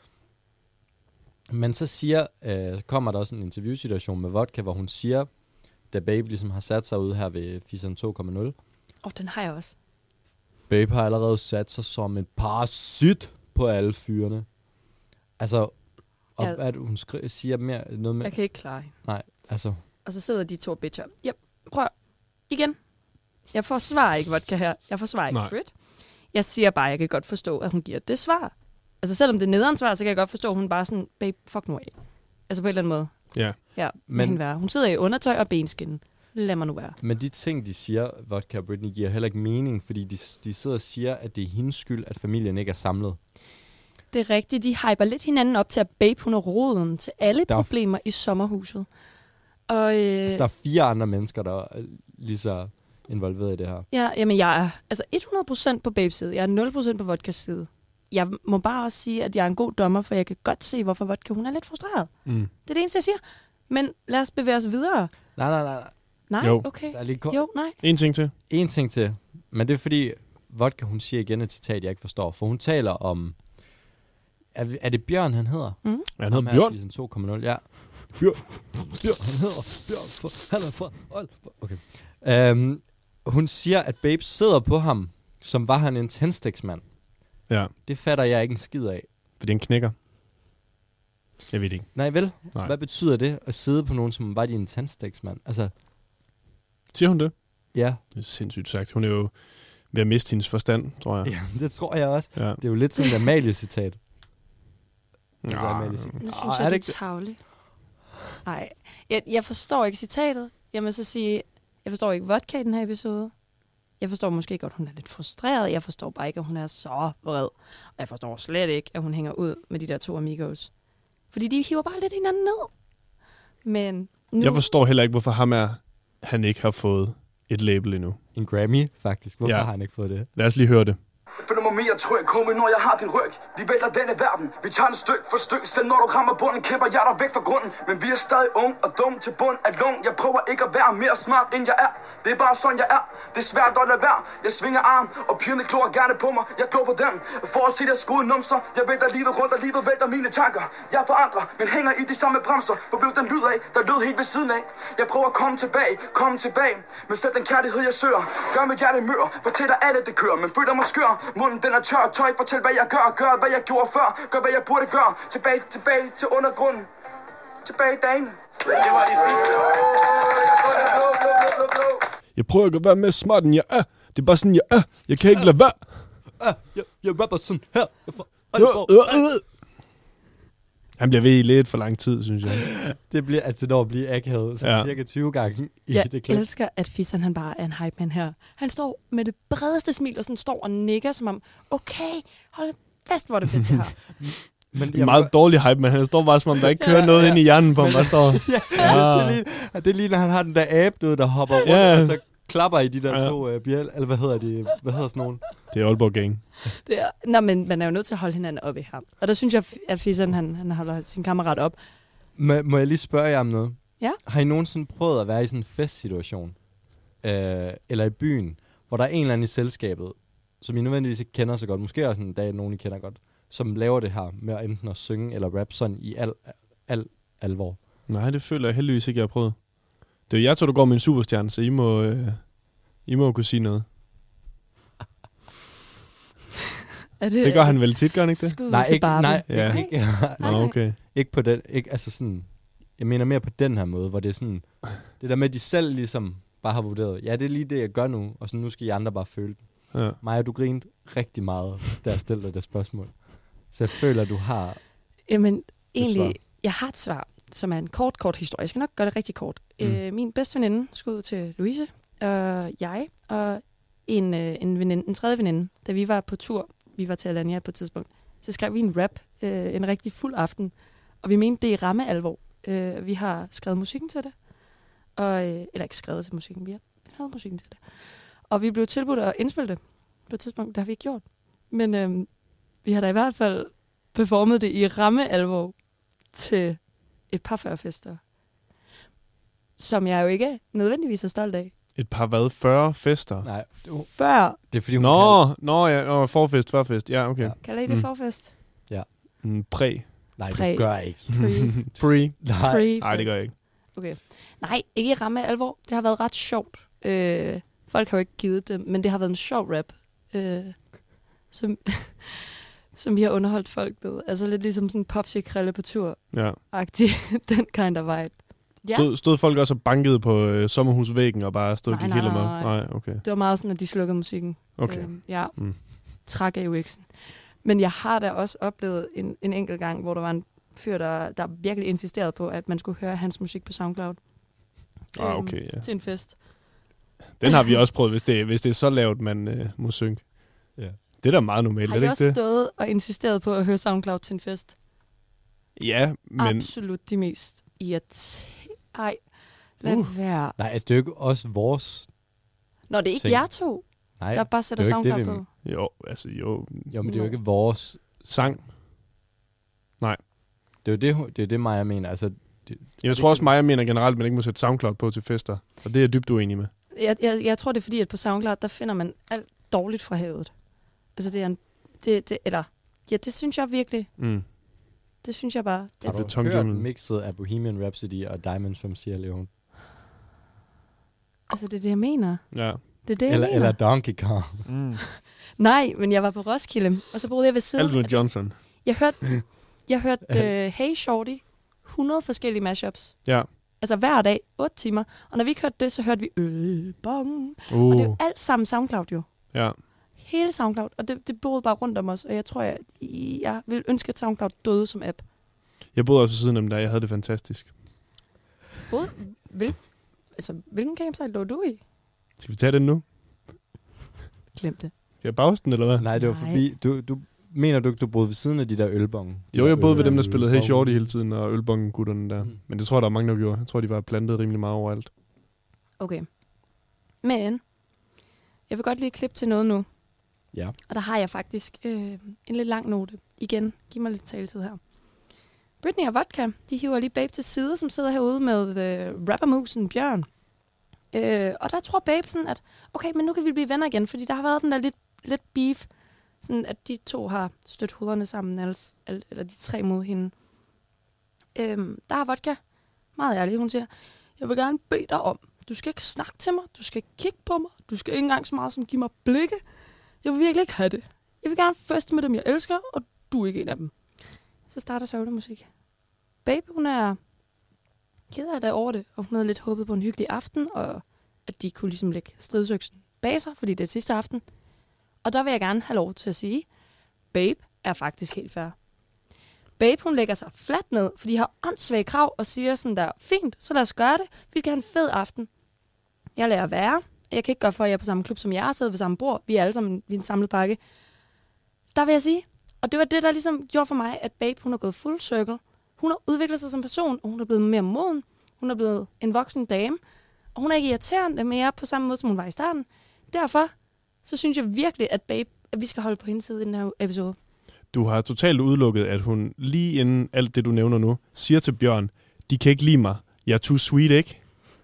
Men så siger, øh, kommer der også en interviewsituation med vodka, hvor hun siger, da Babe ligesom har sat sig ud her ved Fisseren to komma nul, Åh, oh, den har jeg også. Babe har allerede sat sig som en parasit på alle fyrene. Altså, og Ja. at hun skri- siger mere noget med... Jeg kan ikke klare hende. Nej, altså... Og så sidder de to bitcher. Yep, prøv igen. Jeg forsvarer ikke vodka her. Jeg forsvarer ikke Nej. Brit. Jeg siger bare, at jeg kan godt forstå, at hun giver det svar. Altså selvom det er nederansvar, så kan jeg godt forstå, at hun bare sådan, babe, fuck nu af. Altså på en eller anden måde. Ja. Ja, Men- men... være. Hun sidder i undertøj og benskinnen. Lad mig nu være. Men de ting, de siger, Vodka og Britney, giver heller ikke mening, fordi de, de sidder og siger, at det er hendes skyld, at familien ikke er samlet. Det er rigtigt. De hyper lidt hinanden op til, at babe, hun er roden til alle Der er- problemer i sommerhuset. Og øh, Altså, der er fire andre mennesker, der er lige så involveret i det her. ja, jamen, jeg er altså hundrede procent på babes side. Jeg er nul procent på vodkas side. Jeg må bare også sige, at jeg er en god dommer, for jeg kan godt se, hvorfor vodka hun er lidt frustreret. Mm. Det er det eneste, jeg siger. Men lad os bevæge os videre. Nej, nej, nej. nej. Nej, Jo. okay. Der er lige ko- Jo, nej. En ting til. En ting til, men det er fordi, Vodka, hun siger igen et citat, jeg ikke forstår, for hun taler om, er, er det Bjørn, han hedder? Mm. Ja, han Ham hedder her, Bjørn. Fisseren to komma nul, ja. Bjørn, Bjørn, han hedder Bjørn, for, han er fra Aalborg. Okay. Um, hun siger, at Babe sidder på ham, som var han en tændstiksmand. Ja, Det fatter jeg ikke en skid af. fordi han knækker. Jeg ved det ikke. Nej, vel? Nej. Hvad betyder det, at sidde på nogen, som var de en tændstiksmand? Altså, Siger hun det? ja. Det er sindssygt sagt. Hun er jo ved at miste hendes forstand, tror jeg. ja, det tror jeg også. Ja. Det er jo lidt sådan et Amalie-citat. Altså, Ja. Amalie siger- Nu synes Ah, jeg, er det det er ikke det? tavligt. Nej, jeg, jeg forstår ikke citatet. Jeg må så sige, jeg forstår ikke vodka i den her episode. Jeg forstår måske godt, at hun er lidt frustreret. Jeg forstår bare ikke, at hun er så vred. Og jeg forstår slet ikke, at hun hænger ud med de der to amigos. Fordi de hiver bare lidt hinanden ned. Men nu... Jeg forstår heller ikke, hvorfor ham er, han ikke har fået et label endnu. En Grammy, faktisk. Hvorfor Ja. har han ikke fået det? Lad os lige høre det. Føler mig mere tryg, homie, når jeg har din ryg. Vi vælter denne verden, vi tager den styk for styk. Selv når du rammer bunden, kæmper jeg dig væk fra grunden. Men vi er stadig ung og dum til bund af lung. Jeg prøver ikke at være mere smart, end jeg er. Det er bare sådan jeg er. Det er svært at lade være. Jeg svinger arm, og pigerne klor gerne på mig. Jeg glor på dem, for at se deres gode numser. Jeg vælter livet rundt, og livet vælter mine tanker. Jeg forandrer, men hænger i de samme bremser. Hvor blev den lyd af, der lød helt ved siden af. Jeg prøver at komme tilbage, komme tilbage. Men selv den kærlighed jeg søger, gør mit hjerte mør. Fortæller alle det kører, men føler mig skør. Munden den er tør, tøj, fortæl hvad jeg gør. Gør hvad jeg gjorde før, gør hvad jeg burde gøre. Tilbage, tilbage til undergrunden. Tilbage i dagen. Det var de sidste. Jeg prøver ikke at være mere smart, end jeg er. Det er bare sådan, jeg er. Jeg kan ikke lade være. Ah, jeg, jeg rapper sådan her. Jeg får Øh, øh, øh. Han bliver ved i lidt for lang tid, synes jeg. Det bliver altså når at blive akavet, så Ja. cirka tyve gange i Jeg det klip. elsker, at Fisan han bare er en hype man her. Han står med det bredeste smil, og sådan står og nikker, som om, okay, hold fast, hvor er det fedt det her. Men En meget dårlig hype, men han står bare, som om der ikke kører noget ind i hjernen på ham. Bare står. ja, det, er lige, det er lige, når han har den der abe, du, der hopper rundt, Ja. og så klapper i de der Ja. to uh, bjæl, eller hvad hedder de, hvad hedder sådan nogen? Det er Aalborg Gang. Det er, nå, men man er jo nødt til at holde hinanden op i ham. Og der synes jeg, at Fisan han, han holder sin kammerat op. Må, må jeg lige spørge jer om noget? Ja. Har I nogensinde prøvet at være i sådan en festsituation, øh, eller i byen, hvor der er en eller anden i selskabet, som I nødvendigvis ikke kender så godt, måske også en dag, nogen I kender godt, som laver det her med at enten at synge eller rap sådan i al, al alvor? Nej, det føler jeg heldigvis ikke, jeg har prøvet. Det er jo jeg, tror, du går med en superstjerne, så I må, øh, I må kunne sige noget. Er Det gør han vel tit, gør han ikke det? Skud Nej, til ikke, Barbie. nej, Ja. ikke, Nej, Nå, nej. okay. ikke på den, ikke, altså sådan, jeg mener mere på den her måde, hvor det er sådan, det der med, at de selv ligesom bare har vurderet, ja, det er lige det, jeg gør nu, og så nu skal I andre bare føle det. Ja. Maja, du grinte rigtig meget, da jeg stillede dig det spørgsmål. Så jeg føler, du har... Jamen, svar. egentlig, jeg har et svar, som er en kort, kort historie. Jeg skal nok gøre det rigtig kort. Mm. Mm. Øh, min bedste veninde skulle ud til Louise, og jeg, og en, øh, en, veninde, en tredje veninde, da vi var på tur, vi var til Alanya på et tidspunkt, så skrev vi en rap, øh, en rigtig fuld aften, og vi mente, det er ramme alvor. Øh, vi har skrevet musikken til det, og, øh, eller ikke skrevet til musikken, vi har lavet musikken til det. Og vi blev tilbudt at indspille det på et tidspunkt, det har vi ikke gjort. Men øh, vi har da i hvert fald performet det i ramme alvor til et par fyrre-fester, som jeg jo ikke nødvendigvis er stolt af. Et par hvad? fyrre fester? Nej, du, Før, det er fordi, hun Nå, nå, ja, nå, forfest, førfest. Ja, okay. Ja. kalder I det Mm. forfest? Mm, præ. kan, nej, Præ. du gør ikke. Pre. Pre. Nej, Pre. Nej, det gør jeg ikke. Okay. Nej, ikke i ramme alvor. Det har været ret sjovt. Øh, folk har jo ikke givet det, men det har været en sjov rap, øh, som, som vi har underholdt folk med. Altså lidt ligesom sådan en popsikrille på tur-agtig, Ja. den kind of vibe. Ja, Stod, stod folk også og bankede på øh, sommerhusvæggen og bare stod og Nej, gik nej, helt amok? nej, Nej, okay. det var meget sådan, at de slukkede musikken. Okay. Øh, ja, Mm. trak af U X'en. Men jeg har da også oplevet en, en enkelt gang, hvor der var en fyr, der, der virkelig insisterede på, at man skulle høre hans musik på SoundCloud. Ah, Øhm, okay, ja. Til en fest. Den har vi også prøvet, hvis det, hvis det er så lavt, man øh, må synge. Ja. Det er da meget normalt, Har er I det også ikke det? stået og insisteret på at høre SoundCloud til en fest? Ja, men Absolut de mest irriterende. Ej, lad Uh. være. nej, altså det er jo ikke også vores... Nå, det er ikke Ting. jer to, Nej, der bare sætter det er jo ikke SoundCloud det, på. jo, altså jo, jo, men det er jo Nå. ikke vores... sang. Det er jo det, hun- det, er det Maja mener. Altså, det, Jeg tror også, Maja mener generelt, at man ikke må sætte SoundCloud på til fester. Og det er jeg dybt uenig med. Jeg, jeg, jeg tror, det er fordi, at på SoundCloud, der finder man alt dårligt fra havet. Altså, det er en... Det, det, eller... Ja, det synes jeg virkelig. Mm. Det synes jeg bare. har Altså, du Tongue hørt Jungle. mixet af Bohemian Rhapsody og Diamonds from Sierra Leone? Altså, det er det, jeg mener. Ja. Det er det, jeg Eller, mener. eller Donkey Kong? Mm. Nej, men jeg var på Roskilde, og så boede jeg ved siden. Elton Johnson. Jeg hørte, jeg hørte uh, Hey Shorty, hundrede forskellige mashups. Ja. Altså hver dag, otte timer. Og når vi ikke hørte det, så hørte vi Ølbong. Uh. Og det er jo alt sammen SoundCloud jo. Ja. Hele SoundCloud. Og det, det boede bare rundt om os. Og jeg tror, jeg, jeg vil ønske, at SoundCloud døde som app. Jeg boede også ved siden af dem, der jeg havde det fantastisk. Både, hvil, altså, hvilken campsite lå du i? Skal vi tage den nu? Glem det. Skal jeg pause den, eller hvad? Nej, det var Nej. forbi. Du, du mener du ikke, du boede ved siden af de der ølbong? Jo, jeg boede ved dem, der Øl- spillede Hey Ølbong. Shorty hele tiden, og Ølbong-gutterne der. Mm. Men det tror jeg, der er mange, der gjorde. Jeg tror, de var plantet rimelig meget overalt. Okay. Men jeg vil godt lige klippe til noget nu. Ja. Og der har jeg faktisk øh, en lidt lang note. Igen, giv mig lidt taletid her. Britney og Vodka, de hiver lige Babe til side, som sidder herude med øh, rappermusen Bjørn. Øh, og der tror Babe sådan, at okay, men nu kan vi blive venner igen, fordi der har været den der lidt, lidt beef, sådan at de to har stødt hovederne sammen, altså, eller de tre mod hende. Øh, der har Vodka meget ærlig. Hun siger, jeg vil gerne bede dig om, du skal ikke snakke til mig, du skal ikke kigge på mig, du skal ikke engang så meget som give mig blikke. Jeg vil virkelig ikke have det. Jeg vil gerne feste med dem, jeg elsker, og du er ikke en af dem. Så starter sørgemusik. Babe, hun er ked af det over det, og hun havde lidt håbet på en hyggelig aften, og at de kunne ligesom lægge stridsøksen bag sig, fordi det er sidste aften. Og der vil jeg gerne have lov til at sige, Babe er faktisk helt fair. Babe, hun lægger sig fladt ned, fordi de har åndssvage krav, og siger sådan der, fint, så lad os gøre det. Vi skal have en fed aften. Jeg lader være. Jeg kan ikke gøre for, at jeg er på samme klub som jeg er, sidder ved samme bord. Vi er alle sammen i en samlet pakke. Der vil jeg sige, og det var det, der ligesom gjorde for mig, at Babe, hun har gået full circle. Hun har udviklet sig som person, og hun er blevet mere moden. Hun er blevet en voksen dame, og hun er ikke irriterende mere på samme måde, som hun var i starten. Derfor, så synes jeg virkelig, at Babe, at vi skal holde på hendes side i den her episode. Du har totalt udelukket, at hun lige inden alt det, du nævner nu, siger til Bjørn, de kan ikke lide mig. Jeg er too sweet, ikke?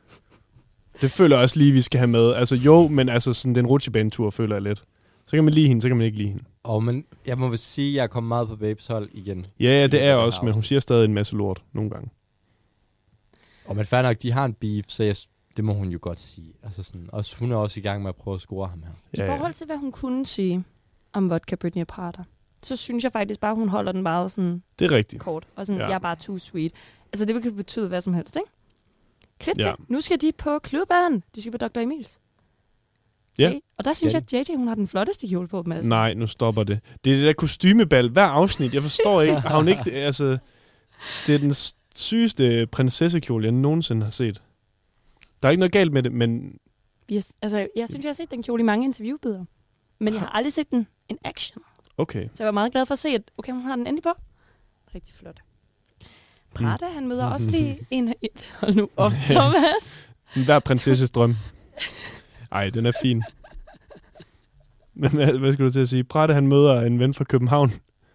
Det føler jeg også lige, vi skal have med. Altså jo, men altså sådan den rutsjebanetur føler jeg lidt. Så kan man lide hende, så kan man ikke lide hende. Åh, oh, men jeg må vel sige, at jeg er kommet meget på Babes hold igen. Ja, ja, det er jeg også, men hun siger stadig en masse lort nogle gange. Og men fair nok, de har en beef, så jeg, det må hun jo godt sige. Altså sådan, også, hun er også i gang med at prøve at score ham her. I ja, forhold til, hvad hun kunne sige om Vodka, Britney og Prada, så synes jeg faktisk bare, hun holder den meget sådan det er rigtigt. Kort. Og sådan, ja. Jeg er bare too sweet. Altså, det kan betyde hvad som helst, ikke? Klip ja. til. Nu skal de på klubbanen. De skal på doktor Emils. Ja. Okay. Og der synes jeg, at J J, hun har den flotteste kjole på dem altså. Nej, nu stopper det. Det er det der kostymebal hver afsnit. Jeg forstår ikke. Har hun ikke, altså, det er den sygeste prinsessekjole, jeg nogensinde har set. Der er ikke noget galt med det, men... Yes. Altså, jeg synes, jeg har set den kjole i mange interviewbilleder. Men jeg har aldrig set den in action. Okay. Så jeg var meget glad for at se, at okay, hun har den endelig på. Rigtig flot. Prada, mm. han møder også lige en... Hold nu op, Thomas. Hver prinsesses drøm. Ej, den er fin. Men hvad, hvad skulle du til at sige? Prada, han møder en ven fra København.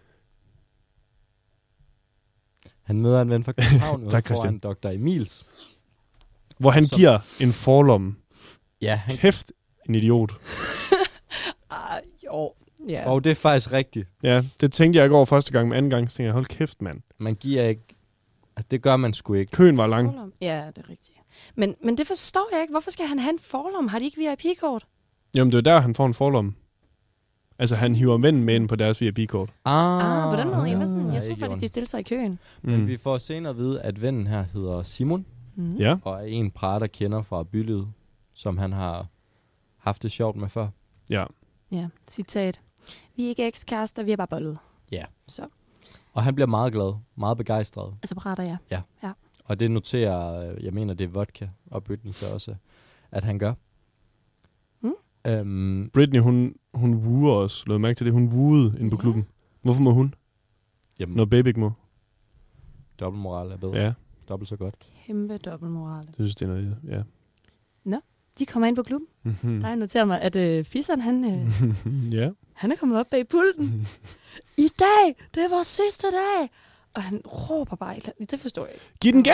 Han møder en ven fra København tak, foran doktor Emils. Hvor han Som... giver en forlomme. Ja, han... Kæft, en idiot. ah, jo. Yeah. Og det er faktisk rigtigt. Ja, det tænkte jeg ikke over første gang, men anden gang så tænkte jeg, hold kæft, mand. Man giver ikke... Altså, det gør man sgu ikke. Køen var lang. Forlom. Ja, det er rigtigt. Men, men det forstår jeg ikke. Hvorfor skal han have en forlom? Har de ikke V I P-kort? Jamen, det er der, han får en forlomme. Altså, han hiver vennen med ind på deres V I P-kort. Ah, ah på den måde. Jeg, var sådan, jeg ja, tror faktisk, de stiller sig i køen. Mm. Men vi får senere at vide, at vennen her hedder Simon. Mm. Ja. Og er en Prada kender fra bylivet, som han har haft det sjovt med før. Ja. Ja, citat. Vi er ikke ekskærester, vi er bare bollet. Ja. Så. Og han bliver meget glad, meget begejstret. Altså Prada, ja. Ja. ja. Og det noterer, jeg mener, det er Vodka og Britney så også, at han gør. Mm. Øhm, Britney, hun, hun wooer os. Lad mærke til det. Hun wooede inde på ja. klubben. Hvorfor må hun? Jamen, Når baby ikke må. dobbeltmoral er bedre. Ja. Dobbelt så godt. Kæmpe dobbeltmoral. Det synes det er noget, ja. Nå, de kommer ind på klubben. Mm-hmm. Der har jeg noteret mig, at øh, Fisseren, han, øh, ja. han er kommet op bag pulten. I dag, det er vores sidste dag. Og han råber bare et eller andet. Det forstår jeg ikke. Giv den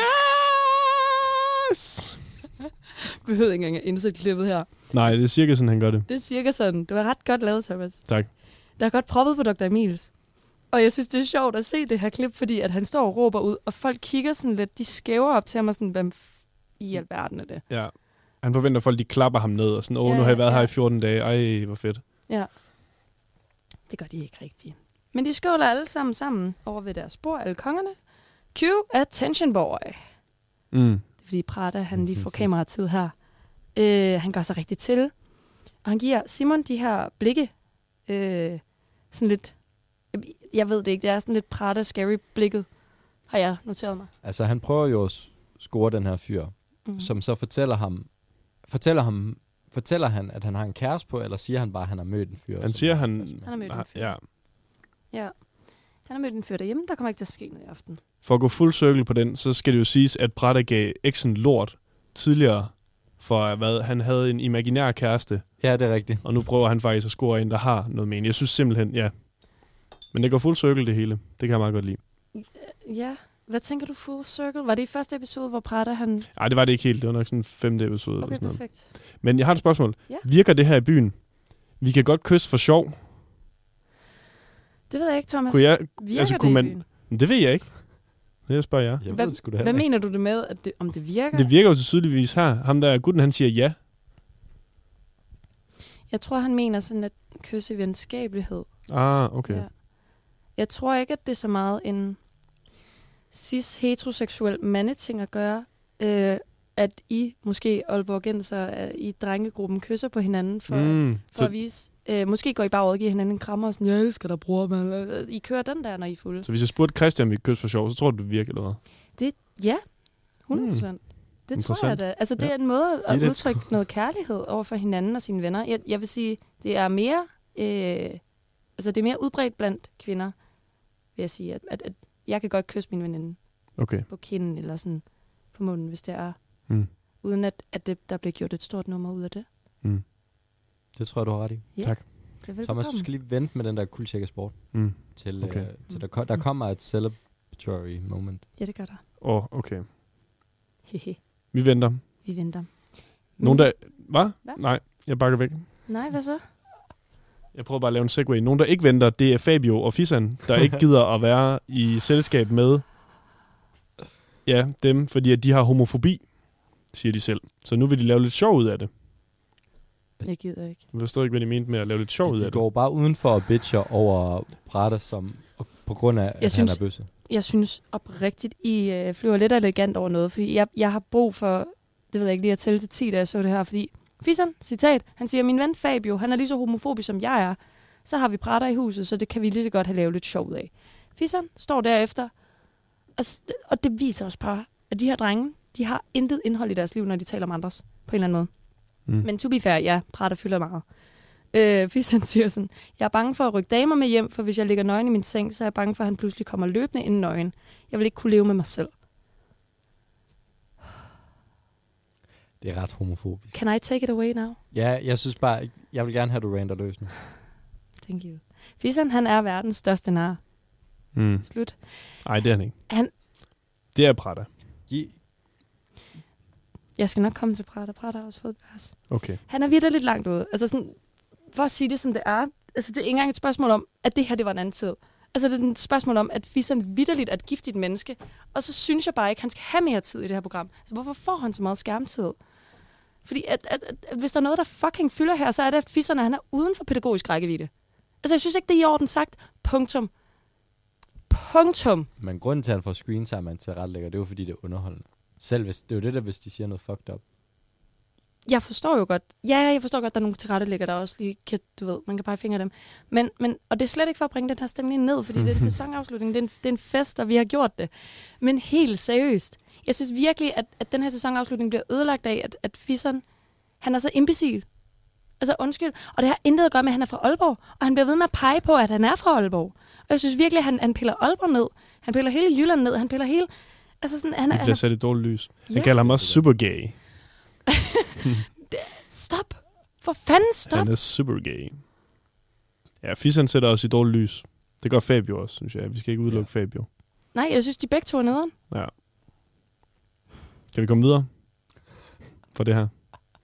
gas! Behøvede ikke engang at indsætte klippet her. Nej, det er cirka sådan, han gør det. Det er cirka sådan. Det var ret godt lavet, Thomas. Tak. Der er godt proppet på doktor Emils. Og jeg synes, det er sjovt at se det her klip, fordi at han står og råber ud, og folk kigger sådan lidt, de skæver op til ham og sådan, hvem f- i alverden er det? Ja. Han forventer, at folk de klapper ham ned og sådan, åh, Ja, nu har jeg været ja. her i fjorten dage. Ej, hvor fedt. Ja. Det gør de ikke rigtigt. Men de skåler alle sammen sammen over ved deres bord, alle kongerne. Cue attention boy. Mm. Det er fordi Prada, han lige får kameratid her. Øh, han gør sig rigtig til. Og han giver Simon de her blikke. Øh, sådan lidt, jeg ved det ikke, det er sådan lidt Prada scary blikket, har jeg noteret mig. Altså, han prøver jo at score den her fyr, mm. som så fortæller ham, fortæller ham, fortæller han, at han har en kæreste på, eller siger han bare, at han har mødt en fyr? Han siger, han... Han har mødt en fyr. Ja. Ja. Han har mødt en fyr derhjemme, der kommer ikke til at ske noget i aften. For at gå fuld cirkel på den, så skal det jo siges, at Prada gav eksen lort tidligere, for hvad han havde en imaginær kæreste. Ja, det er rigtigt. Og nu prøver han faktisk at score en, der har noget med en. Jeg synes simpelthen, ja. Men det går fuld cirkel det hele. Det kan jeg meget godt lide. Ja, hvad tænker du full circle? Var det i første episode, hvor Prada han... Nej, det var det ikke helt. Det var nok sådan en femte episode. Okay, eller sådan noget. perfekt. Men jeg har et spørgsmål. Ja. Virker det her i byen? Vi kan godt kysse for sjov. Det ved jeg ikke, Thomas. Kunne jeg, Virker altså, det kunne i man, byen? det ved jeg ikke. Det spørger jeg. Jeg Hvad- ved det sgu da Hvad heller ikke. mener du det med, at det, om det virker? Det virker jo til tydeligvis her. Ham der gutten, han siger ja. Jeg tror, han mener sådan at kysse i venskabelighed. Ah, okay. Ja. Jeg tror ikke, at det er så meget en cis-heteroseksuel mandeting at gøre, øh, at I, måske Aalborgenser, i drengegruppen kysser på hinanden for, Mm, for så, at vise. Øh, måske går I bare over og giver hinanden en krammer og sådan, jeg elsker dig, bror. Man. I kører den der, når I er fulde. så hvis jeg spurgte Christian, om vi kan kysse for sjov, så tror du, det virker, eller hvad? Ja, hundrede procent. Mm. Det tror jeg Interessant. da. Altså, det Ja. er en måde at Det er det. udtrykke noget kærlighed over for hinanden og sine venner. Jeg, jeg vil sige, det er mere, øh, altså det er mere udbredt blandt kvinder, vil jeg sige, at, at, at jeg kan godt kysse min veninde Okay. på kinden eller sådan på munden, hvis det er, Mm. uden at, at det, der bliver gjort et stort nummer ud af det. Mm. Det tror jeg, du har ret i. Ja. Tak. Det er velbekomme. Thomas, du skal lige vente med den der kultjekker sport, Mm. til, Okay. øh, til der, ko- der kommer et celebratory moment. Ja, det gør der. Åh, oh, okay. Hehe. Vi venter. Vi venter. Nogen der... Hvad? Hvad? Nej, jeg bakker væk. Nej, hvad så? Jeg prøver bare at lave en segway. Nogen, der ikke venter, det er Fabio og Fisan, der ikke gider at være i selskab med ja, dem, fordi at de har homofobi, siger de selv. Så nu vil de lave lidt sjov ud af det. Jeg gider ikke. Jeg forstår ikke, hvad de mente med at lave lidt sjov ud De, af de går bare udenfor og bitcher over Prada, som, og på grund af, at synes- han er bøsse. Jeg synes oprigtigt, I øh, flyver lidt elegant over noget, fordi jeg, jeg har brug for, det ved jeg ikke lige at tælle til ti, da jeg så det her, fordi Fisan, citat, han siger, min ven Fabio, han er lige så homofobisk som jeg er, så har vi Prada i huset, så det kan vi lige så godt have lavet lidt sjov ud af. Fisan står derefter, og, s- og det viser os bare, at de her drenge, de har intet indhold i deres liv, når de taler om andres, på en eller anden måde. Mm. Men to be fair, ja, Prada fylder meget. Øh, Fisan siger sådan, jeg er bange for at rykke damer med hjem, for hvis jeg ligger nøgen i min seng, så er jeg bange for, at han pludselig kommer løbende ind nøgen. Jeg vil ikke kunne leve med mig selv. Det er ret homofobisk. Can I take it away now? Ja, jeg synes bare, jeg vil gerne have, at du rander løs nu. Thank you. Fisan, han er verdens største nar. Mm. Slut. Nej, det er han ikke. Han, Det er Prada. Gi- jeg skal nok komme til Prada. Prada har også fået bærs. Okay. Han er virkelig lidt langt ude. Altså sådan, for at sige det, som det er. Altså, det er ikke engang et spørgsmål om, at det her, det var en anden tid. Altså, det er et spørgsmål om, at Fisan vitterligt er et giftigt menneske. Og så synes jeg bare ikke, at han skal have mere tid i det her program. Altså, hvorfor får han så meget skærmtid? Fordi at, at, at, at hvis der er noget, der fucking fylder her, så er det, at Fisan, han er uden for pædagogisk rækkevidde. Altså, jeg synes ikke, det er i orden sagt. Punktum. Punktum. Men grunden til, at han får screen time, man til ret lægger, det er jo fordi, det er underholdende. Selv hvis, det er jo det der, hvis de siger noget fucked up. Jeg forstår jo godt. Ja, jeg forstår godt, at der er nogle tilrettelægger, der også lige kan, du ved, man kan pege fingre af dem. Men, men, og det er slet ikke for at bringe den her stemning ned, fordi det er en sæsonafslutning, det er en, det er en fest, og vi har gjort det. Men helt seriøst. Jeg synes virkelig, at, at den her sæsonafslutning bliver ødelagt af, at, at Fisan, han er så imbecil. Altså undskyld. Og det har intet at gøre med, at han er fra Aalborg. Og han bliver ved med at pege på, at han er fra Aalborg. Og jeg synes virkelig, at han, han piller Aalborg ned. Han piller hele Jylland ned. Han piller hele... Altså sådan, han, Det han, bliver sat i dårligt lys. Han Ja. kalder ham også super gay. Stop. For fanden stop. Han er super gay. Ja, Fisan sætter os i dårligt lys. Det gør Fabio også, synes jeg. Vi skal ikke udelukke ja. Fabio. Nej, jeg synes, de begge to er nederen. Ja. Kan vi komme videre for det her?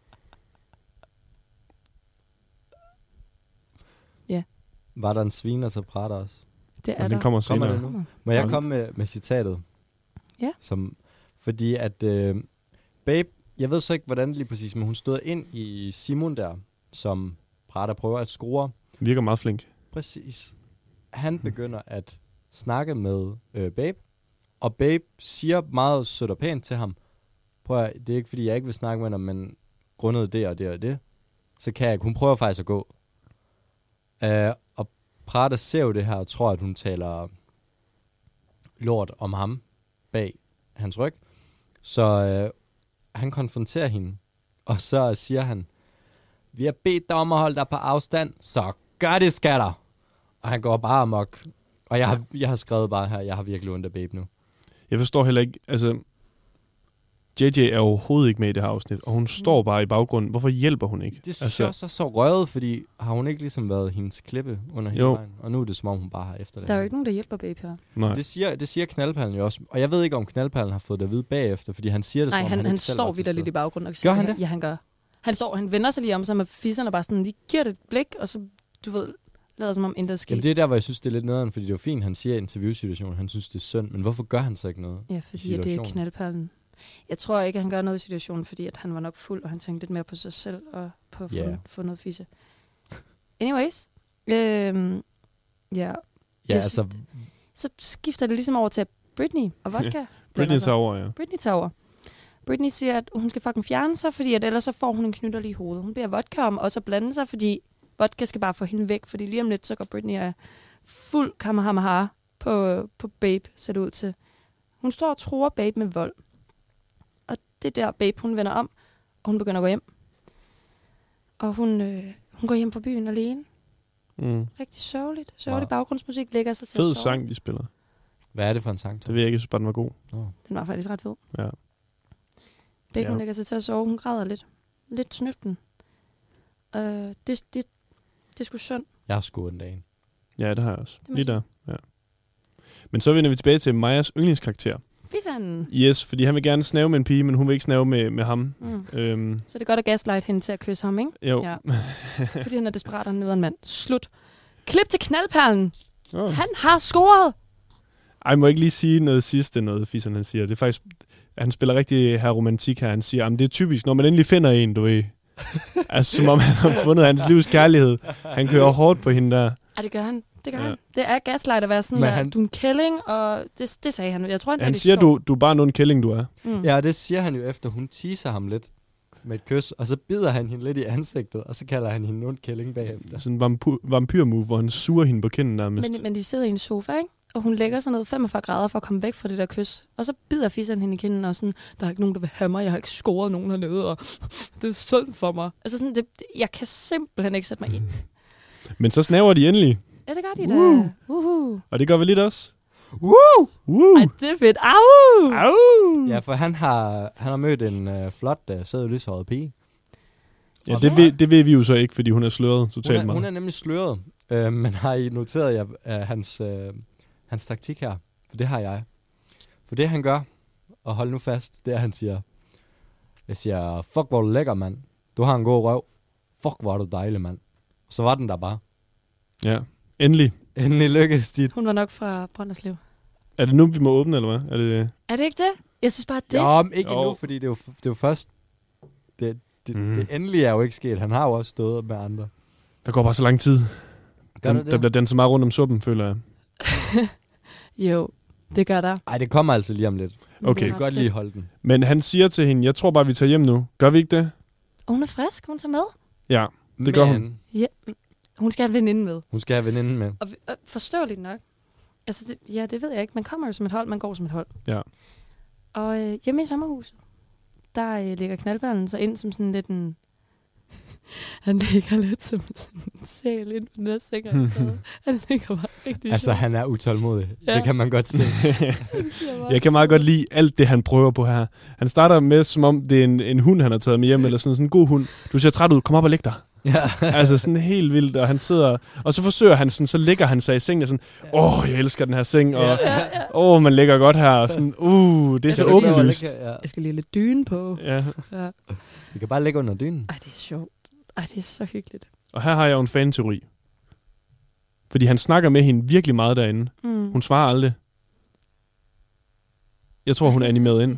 Var der en sviner til Prada også? Det er Og der. den kommer Kommer senere. det nu? Må jeg Ja. komme med, med citatet? Ja. Som, fordi at øh, Babe, jeg ved så ikke, hvordan det lige præcis, men hun stod ind i Simon der, som Prada prøver at score. Virker meget flink. Præcis. Han begynder at snakke med øh, Babe, og Babe siger meget sødt og pænt til ham, prøv at, det er ikke fordi, jeg ikke vil snakke med dig, men grundet det og det og det, så kan jeg ikke. Hun prøver faktisk at gå. Uh, og Prada ser jo det her og tror, at hun taler lort om ham bag hans ryg. Så uh, han konfronterer hende, og så siger han, vi har bedt dig om at holde dig på afstand, så gør det, skatter. Og han går bare amok. Og jeg har, jeg har skrevet bare her, jeg har virkelig ondt af Babe nu. Jeg forstår heller ikke, altså... J J er overhovedet ikke med i det her afsnit, og hun står bare i baggrunden. Hvorfor hjælper hun ikke? Det synes altså, jeg også er så røvet, fordi har hun ikke ligesom været hendes klippe under hele Jo. vejen? Og nu er det som om, hun bare har efterladt. Der er jo ikke nogen, der hjælper Babe her. Nej. Det siger, det siger Knaldperlen jo også. Og jeg ved ikke, om Knaldperlen har fået det at vide bagefter, fordi han siger det, Nej, som om han, han, han ikke selv står var til vidt lidt stede. i baggrunden. Og Gør han det? Ja, han gør. Han står, han vender sig lige om sig med fisserne bare sådan, lige giver det et blik, og så, du ved, lader som om intet sker. Jamen det er der, hvor jeg synes, det er lidt nederen, fordi det er jo fint, han siger i interviewsituationen, han synes, det er synd, men hvorfor gør han så ikke noget? Ja, fordi at det er knaldperlen. Jeg tror ikke, at han gør noget i situationen, fordi at han var nok fuld, og han tænkte lidt mere på sig selv og på at få, Yeah. få noget fisse. Anyways. Øhm, ja. Ja, Jeg altså, Så skifter det ligesom over til Britney og vodka. Britney blander sig. tager over, ja. Britney tager over. Britney siger, at hun skal fucking fjerne sig, fordi at ellers så får hun en knytter lige i hovedet. Hun beder vodka om også at blande sig, fordi vodka skal bare få hende væk, fordi lige om lidt, så går Britney af fuld kammerhammer på, på Babe, ser det ud til. Hun står og truer Babe med vold. Og det der Babe, hun vender om, og hun begynder at gå hjem. Og hun, øh, hun går hjem fra byen alene. Mm. Rigtig sørgeligt. Sørgelig Wow. baggrundsmusik lægger sig til Fed at sove. sang, de spiller. hvad er det for en sang? Det ved jeg ikke, jeg synes bare, den var god. Oh. Den var faktisk ret fed. Ja. Babe, Ja. hun lægger sig til at sove. Hun græder lidt. Lidt snøften. Øh, det, det, det er sgu synd. Jeg har sgu en dag. Ja, det har jeg også. Det må Lige jeg der, ja. Men så vender vi tilbage til Majas yndlingskarakter. Fisan. Yes, fordi han vil gerne snave med en pige, men hun vil ikke snave med, med ham. Mm. Øhm, Så det er godt at gaslight hende til at kysse ham, ikke? jo. Ja. Fordi han er desperat og nederen mand. Slut. Klip til knaldperlen. Oh. Han har scoret. Ej, må jeg ikke lige sige noget sidste, noget Fisan han siger. Det er faktisk, han spiller rigtig her romantik her. Han siger, at det er typisk, når man endelig finder en, du ved. Altså, som om han har fundet hans livs kærlighed. Han kører hårdt på hende der. Ja, det gør han. Det gør Ja. han. Det er gaslight at være sådan Men der, han- du er en kælling, og det, det sagde han. Jeg tror, han sagde Han det siger, sjovt. du, du er bare nogen kælling, du er. Mm. Ja, det siger han jo efter, hun teaser ham lidt med et kys, og så bider han hende lidt i ansigtet, og så kalder han hende en ond kælling bagefter. Sådan en vampyr, vampyrmove, hvor han suger hende på kinden nærmest. Men, men de sidder i en sofa, ikke? Og hun lægger sig ned femogfyrre grader for at komme væk fra det der kys. Og så bider Fisan hende i kinden og sådan, der er ikke nogen, der vil have mig. Jeg har ikke scoret nogen hernede, og det er synd for mig. Altså sådan, det, det, jeg kan simpelthen ikke sætte mig ind. Men så snaver de endelig, Ja, det gør de da. Woo. Uhu. og det gør vi lidt også. Woo! Woo! Ej, det er fedt. Au! Au! Ja, for han har, han har mødt en øh, flot, øh, sød lyshåret pige. Ja, det ved, det ved vi jo så ikke, fordi hun er sløret Hun totalt er, meget. hun er nemlig sløret, øh, men har I noteret jer øh, hans, øh, hans taktik her? For det har jeg. For det han gør, og hold nu fast, det er, at han siger, jeg siger, fuck hvor er du lækker, mand. Du har en god røv. Fuck hvor er du dejlig, mand. Så var den der bare. Ja, endelig. Endelig lykkedes dit. Hun var nok fra Brønderslev. Er det nu, vi må åbne, eller hvad? Er det... Er det ikke det? Jeg synes bare, det... Jo, men ikke Jo. endnu, fordi det er jo, det er jo først... Det, det, Mhm. mm. det endelige er jo ikke sket. Han har jo også stået med andre. Der går bare så lang tid. Gør Den, det det? der bliver den så meget rundt om suppen, føler jeg. Jo, det gør der. Ej, det kommer altså lige om lidt. Men Okay. det er Jeg ret kan godt fedt. lige holde den. Men han siger til hende, jeg tror bare, vi tager hjem nu. Gør vi ikke det? Og hun er frisk, hun tager med. Ja, det gør hun. Men Ja, mm, hun skal have en veninde med. Hun skal have veninden med. Og, og forståeligt nok. Altså, det, ja, det ved jeg ikke. Man kommer jo som et hold, man går som et hold. Ja. Og øh, hjemme i sommerhuset, der øh, ligger knaldperlen så ind som sådan lidt en... Han ligger lidt som sådan en sæl ind på den der seng. og sådan. Han ligger bare rigtig Altså, sjovt. han er utålmodig. Ja. Det kan man godt se. Han bliver bare Jeg kan meget godt lide alt det, han prøver på her. Han starter med, som om det er en, en hund, han har taget med hjem, eller sådan, sådan en god hund. Du ser træt ud, kom op og læg dig. Ja. Altså sådan helt vildt, og han sidder... Og så forsøger han sådan, så ligger han sig i sengen og sådan, åh, oh, jeg elsker den her seng, og åh, oh, man ligger godt her, og sådan, uh, det er Jeg så skal lige- åbenlyst. Ja. Jeg skal lige lidt dyne på. Ja. Ja. Vi kan bare ligge under dynen. Ej, det er sjovt. Ej, det er så hyggeligt. Og her har jeg jo en fan-teori. Fordi han snakker med hende virkelig meget derinde. Mm. Hun svarer aldrig. Jeg tror, hun er animeret ind.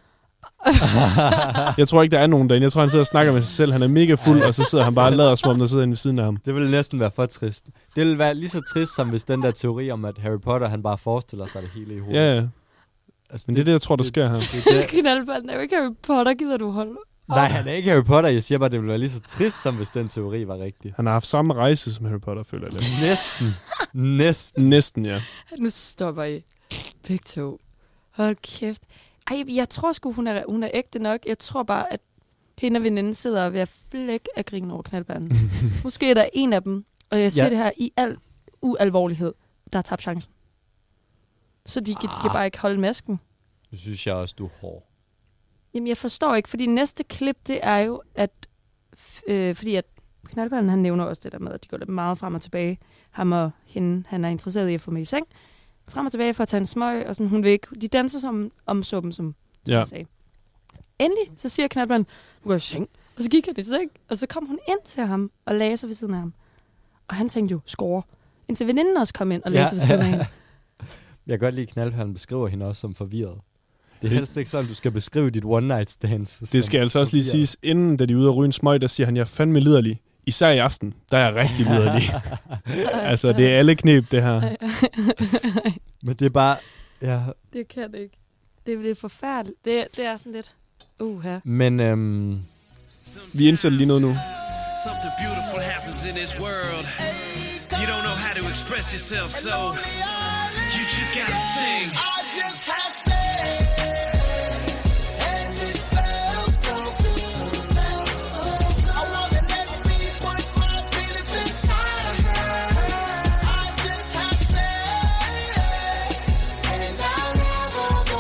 Jeg tror ikke, der er nogen derinde. Jeg tror, han sidder og snakker med sig selv. Han er mega fuld, og så sidder han bare og lader, som om der sidder inde ved siden af ham. Det ville næsten være for trist. Det ville være lige så trist, som hvis den der teori om, at Harry Potter, han bare forestiller sig det hele i hovedet. Ja, ja. Altså, Men det er det, jeg tror, der sker her. det, det, det. Knaldperlen er jo ikke Harry Potter, gider du holde? Nej, han er ikke Harry Potter. Jeg siger bare, det ville være lige så trist, som hvis den teori var rigtig. Han har haft samme rejse som Harry Potter, føler jeg lidt. Næsten. Næsten. Næsten, ja. Nu stopper I. Begge to. Hold kæft. Ej, jeg tror sgu, hun er, hun er ægte nok. Jeg tror bare, at hende og veninden sidder og ved at flække af grin over knaldperlen. Måske er der en af dem, og jeg siger Ja. det her i al ualvorlighed, der har tabt chancen. Så de, kan- de kan bare ikke holde masken. Nu synes jeg også, du er hård. Jamen, jeg forstår ikke, fordi næste klip, det er jo, at... Øh, fordi at Knaldperlen, han nævner også det der med, at de går lidt meget frem og tilbage. Ham og hende, han er interesseret i at få med i seng. Frem og tilbage for at tage en smøg, og sådan, hun vil ikke... De danser som om suppen, som Ja. jeg sagde. Endelig, så siger Knaldperlen, du går i seng. Og så gik han i seng, og så kom hun ind til ham og lagde sig ved siden af ham. Og han tænkte jo, score. Indtil veninden også kom ind og lagde Ja. sig ved siden af hende. Jeg kan godt lide, at Knaldperlen beskriver hende også som forvirret. Det er helst ikke sådan, du skal beskrive dit one-night stands. Det skal altså også lige siges, inden da de er ude at ryge en smøg, der siger han, jeg er fandme liderlig. Især i aften, der er jeg rigtig liderlig. Altså, det er alle knep, det her. Men det er bare... Ja. Det kan det ikke. Det er lidt forfærdeligt. Det, det er sådan lidt... Uh, her. Men øhm, Vi indsætter lige noget nu. Something beautiful happens in this world. You don't know how to express yourself, so you just gotta sing. I just had sex, and it felt so good, felt so good. I wanna let me put my penis inside of her. I just had sex, and I'll never go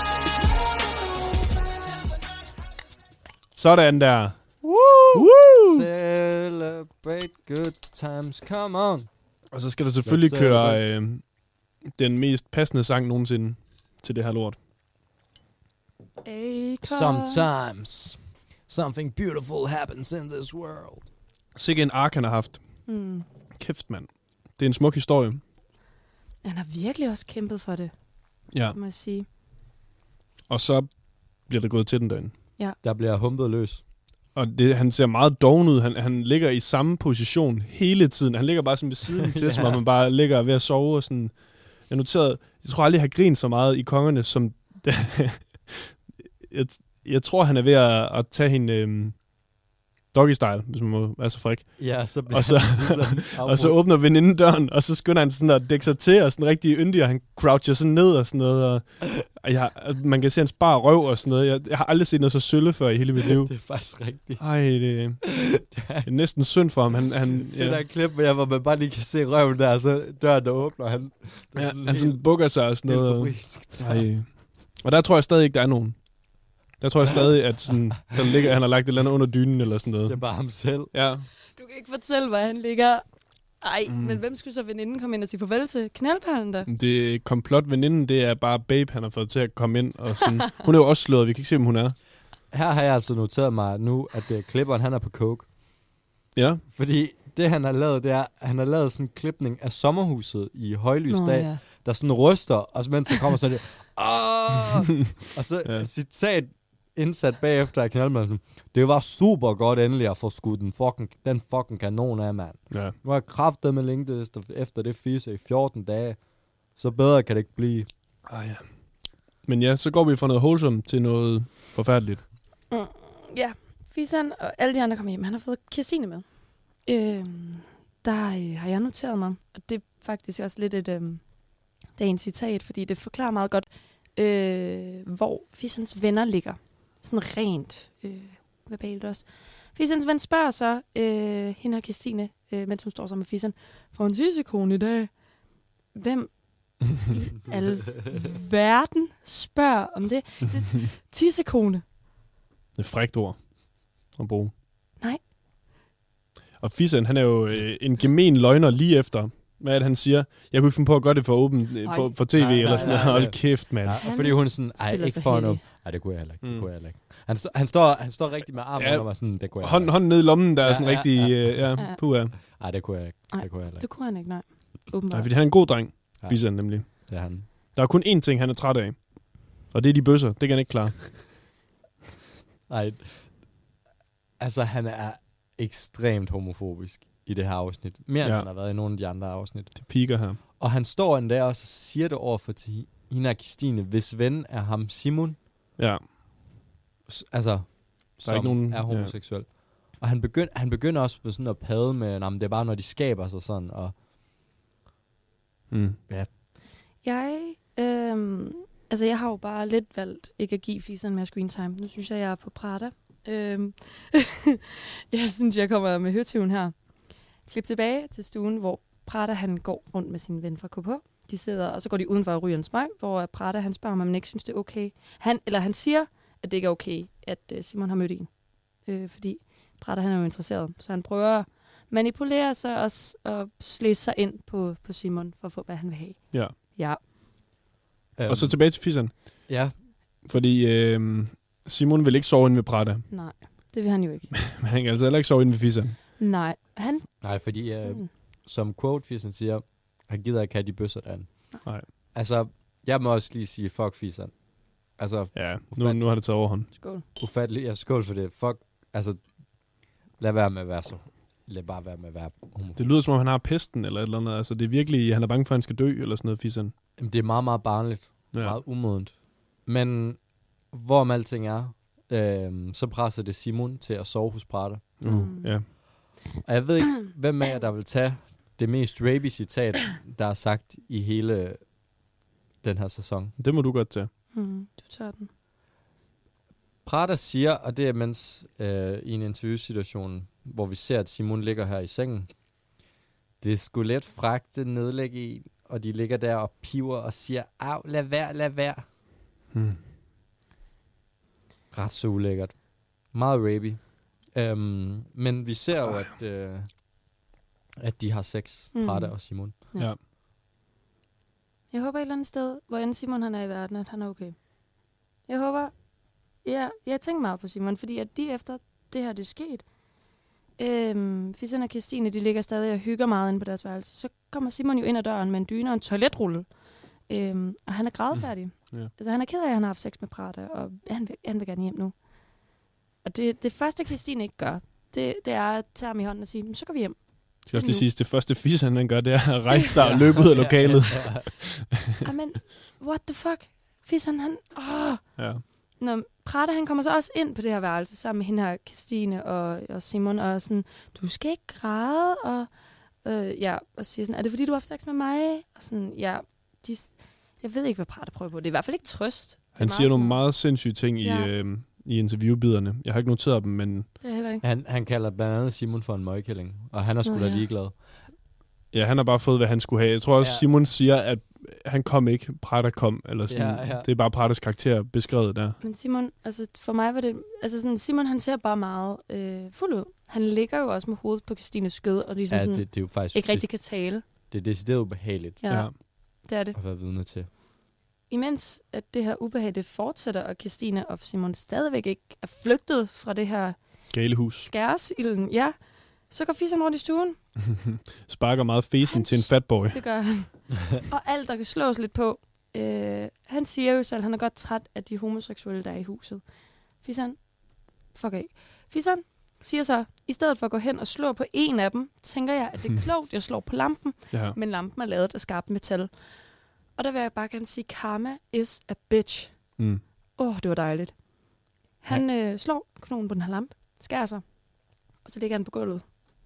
back. Sådan der. Woo! Woo! Celebrate good times, come on. Og så skal der selvfølgelig Let's køre øh, den mest passende sang nogensinde til det her lort. Akon. Sometimes something beautiful happens in this world. Sikke en ark, han har haft. Mm. Kæft, mand. Det er en smuk historie. Han har virkelig også kæmpet for det, Ja. må jeg sige. Og så bliver der gået til den derinde. Der bliver humpet løs. Og det, han ser meget doven ud. Han, han ligger i samme position hele tiden. Han ligger bare sådan ved siden til, som om man bare ligger ved at sove. Og sådan. Jeg noterede, jeg tror aldrig, jeg har grint så meget i Kongerne, som... jeg, jeg tror, han er ved at, at tage hende øhm, doggy style, hvis man må være så frik. Ja, så bliver Og så, han ligesom og så åbner veninden døren, og så skynder han sådan at dække sig til, og sådan rigtig yndig, og han croucher sådan ned og sådan noget. Og, og jeg, man kan se hans bare røv og sådan noget. Jeg, jeg har aldrig set noget så sølle før i hele mit liv. Det er faktisk rigtigt. Ej, det, det er næsten synd for ham. Han, han, Ja. Det der ja, klip, hvor, jeg, hvor man bare lige kan se røven der, og så døren der åbner, og han... ja, han sådan bukker sig og sådan helt noget. forbrisk. Ej. Og der tror jeg stadig ikke, der er nogen. Der tror jeg stadig, at sådan, der ligger, han har lagt et eller andet under dynen eller sådan Det er noget. bare ham selv. Ja. Du kan ikke fortælle, hvor han ligger. Ej, Mm. mm. men hvem skulle så veninden komme ind og sige farvel til Knaldperlen da? Det er komplot veninden, det er bare Babe, han har fået til at komme ind. Og sådan. Hun er jo også slået, vi kan ikke se, om hun er. Her har jeg altså noteret mig nu, at uh, klipperen, han er på coke. Ja. Fordi det, han har lavet, det er, at han har lavet sådan en klipning af sommerhuset i højlysdag, ja. der sådan ryster, og så mens der kommer sådan det, Åh! Og så Ja. ja. citat indsat bagefter af Knaldperlen. Det var super godt endelig at få skudt den fucking, den fucking kanon af, mand. Ja. Nu har jeg kraftet med længde efter det fisse i fjorten dage. Så bedre kan det ikke blive. Ah, ja. Men ja, så går vi fra noget wholesome til noget forfærdeligt. Mm, ja, Fisan og alle de andre kommer hjem. Han har fået Kirstine med. Øhm, der øh, har jeg noteret mig, og det er faktisk også lidt et øhm, dagens citat, fordi det forklarer meget godt, øh, hvor Fisans venner ligger. Sådan rent øh, verbalt også. Fisans ven spørger så øh, hende og Kirstine, øh, mens hun står sammen med Fisan, for en tissekone i dag. Hvem i al verden spørger om det? Tissekone. Det er frækt ord at bruge. Nej. Og Fisan, han er jo øh, en gemen løgner lige efter, hvad er det, han siger? Jeg kunne ikke finde på at gøre det for åben, øh, for, for tv Nej, eller nej, sådan nej, noget. nej. Hold kæft, mand. Ja, Han fordi hun er sådan, ej, spiller ikke sig for heldig. noget. Nej, det kunne jeg heller ikke. Det Mm. kunne jeg heller ikke. Han, stå, han, står, han står rigtig med armen Ja. ja. under mig sådan, det kunne jeg Hånd, heller hånden ned i lommen, der er Ja, sådan ja, rigtig... ja. Øh, ja, Ja. puha. ikke. Ej, det kunne jeg ikke. Nej, Det kunne jeg heller Det ikke. kunne han ikke, nej. Nej, Åbenbart. fordi han er en god dreng, Ja. Fisan nemlig. Det er han. Der er kun én ting, han er træt af. Og det er de bøsser. Det kan han ikke klare. Nej. Altså, han er ekstremt homofobisk i det her afsnit. Mere end Ja. han har været i nogle af de andre afsnit. Det piker her. Og han står endda også og siger det over for til hende og Kirstine, hvis ven er ham Simon, Ja. s- altså, som ikke nogen- er homoseksuel. Ja. Og han, begynd, han begynder også på sådan at padle med, nah, men det er bare, når de skaber sig sådan, og Mm. Jeg, øhm, altså jeg har jo bare lidt valgt ikke at give Fisan mere screen time. Nu synes jeg, jeg er på Prada. Øhm, jeg synes, jeg kommer med høtyven her. Klip tilbage til stuen, hvor Prada han går rundt med sin ven fra K P H. De sidder, og så går de udenfor og ryger en smøg, hvor Prada han spørger, om man ikke synes, det er okay. Han, eller han siger, at det ikke er okay, at øh, Simon har mødt en. Øh, fordi Prater, han er jo interesseret. Så han prøver at manipulere sig og, s- og slæse sig ind på, på Simon, for at få, hvad han vil have. Ja. Ja. Um, Og så tilbage til Fisan. Ja, Fordi øh, Simon vil ikke sove inde ved Prada, Nej, det vil han jo ikke. men han kan altså heller ikke sove inde ved Fisan. Nej, han... nej, fordi øh, Mm. som quote Fisan siger, han gider ikke have de bøsser derinde. Nej. Altså, jeg må også lige sige, fuck Fisan. Altså, Ja, nu, nu har det taget overhånd. Skål. ufatteligt. Jeg skål for det. Fuck, altså, lad være med at være så. Lad bare være med at være homofob. Det lyder som om, han har pesten eller et eller andet. Altså, det er virkelig, han er bange for, at han skal dø eller sådan noget, Fisan. Jamen, det er meget, meget barnligt. Ja. Meget umodent. Men hvorom alting er, øh, så presser det Simon til at sove hos Prater. Uh, Mm. ja. Og jeg ved ikke, hvem af jer, der vil tage det mest rapey citat, der er sagt i hele den her sæson. Det må du godt tage. Mm, du tager den. Prater siger, og det er mens øh, i en interviewsituation, hvor vi ser, at Simon ligger her i sengen. Det er sgu let fragte nedlægge en, og de ligger der og piver og siger, au, lad være, lad være. Hmm. Ret så ulækkert. Meget rapey. Øhm, men vi ser jo, at, øh, at de har sex, Mm. Prater og Simon. Ja. Ja. Jeg håber et eller andet sted, hvor end Simon han er i verden, at han er okay. Jeg håber... Ja, jeg tænker meget på Simon, fordi at de efter det her, det er sket, øhm, Fisan og Christine, de ligger stadig og hygger meget inde på deres værelse. Så kommer Simon jo ind ad døren med en dyne og en toiletrulle. Øhm, og han er grædefærdig. Ja. Altså han er ked af, at han har haft sex med Prater, og han vil, han vil gerne hjem nu. Og det, det første, Christine ikke gør, det, det er at tage ham i hånden og sige, så går vi hjem. Jeg skal også lige Nu. sige, at det første Fisan, han gør, det er at rejse sig og løbe ud af lokalet. Amen, what the fuck? Fisan, han... Åh. Ja. Når Prater, han kommer så også ind på det her værelse, sammen med hende her, Christine og, og Simon, og sådan, du skal ikke græde, og, øh, ja, og siger sådan, er det fordi, du har haft sex med mig? Og sådan, ja, de, jeg ved ikke, hvad Prater prøver på. Det er i hvert fald ikke trøst. Det er Han siger nogle sådan- meget sindssyge ting Ja. i, øh, i interviewbiderne. Jeg har ikke noteret dem, men Det er heller ikke. Han, han kalder blandt andet Simon for en møgkælling, og han er sgu Nå, da ja. ligeglad. ja, han har bare fået, hvad han skulle have. Jeg tror også, Ja. Simon siger, at han kom ikke, Prater kom. Eller sådan. Ja, ja. Det er bare Praters karakter beskrevet der. Men Simon, altså for mig var det, altså sådan, Simon han ser bare meget øh, fuld ud. Han ligger jo også med hovedet på Christines skød, og ligesom Ja, sådan, det, det er jo faktisk ikke rigtig kan tale. det, det er decideret ubehageligt Ja, ja, det er det. at være vidne til. Imens at det her ubehag, det fortsætter, og Christine og Simon stadigvæk ikke er flygtet fra det her Galehus. skæresilden, ja, så går Fisan rundt i stuen. Sparker meget fesen Han til en fatboy. Det gør han. Og alt, der kan slås lidt på. Øh, han siger jo selv, at han er godt træt af de homoseksuelle, der er i huset. Fisan, fuck af. Fisan siger så, i stedet for at gå hen og slå på en af dem, tænker jeg, at det er klogt, jeg slår på lampen, Ja. men lampen er lavet af skarpt metal. Og der vil jeg bare gerne sige, karma is a bitch. Mm. Åh, oh, det var dejligt. Han øh, slår knogen på den her lampe, skærer sig, og så ligger han på gulvet.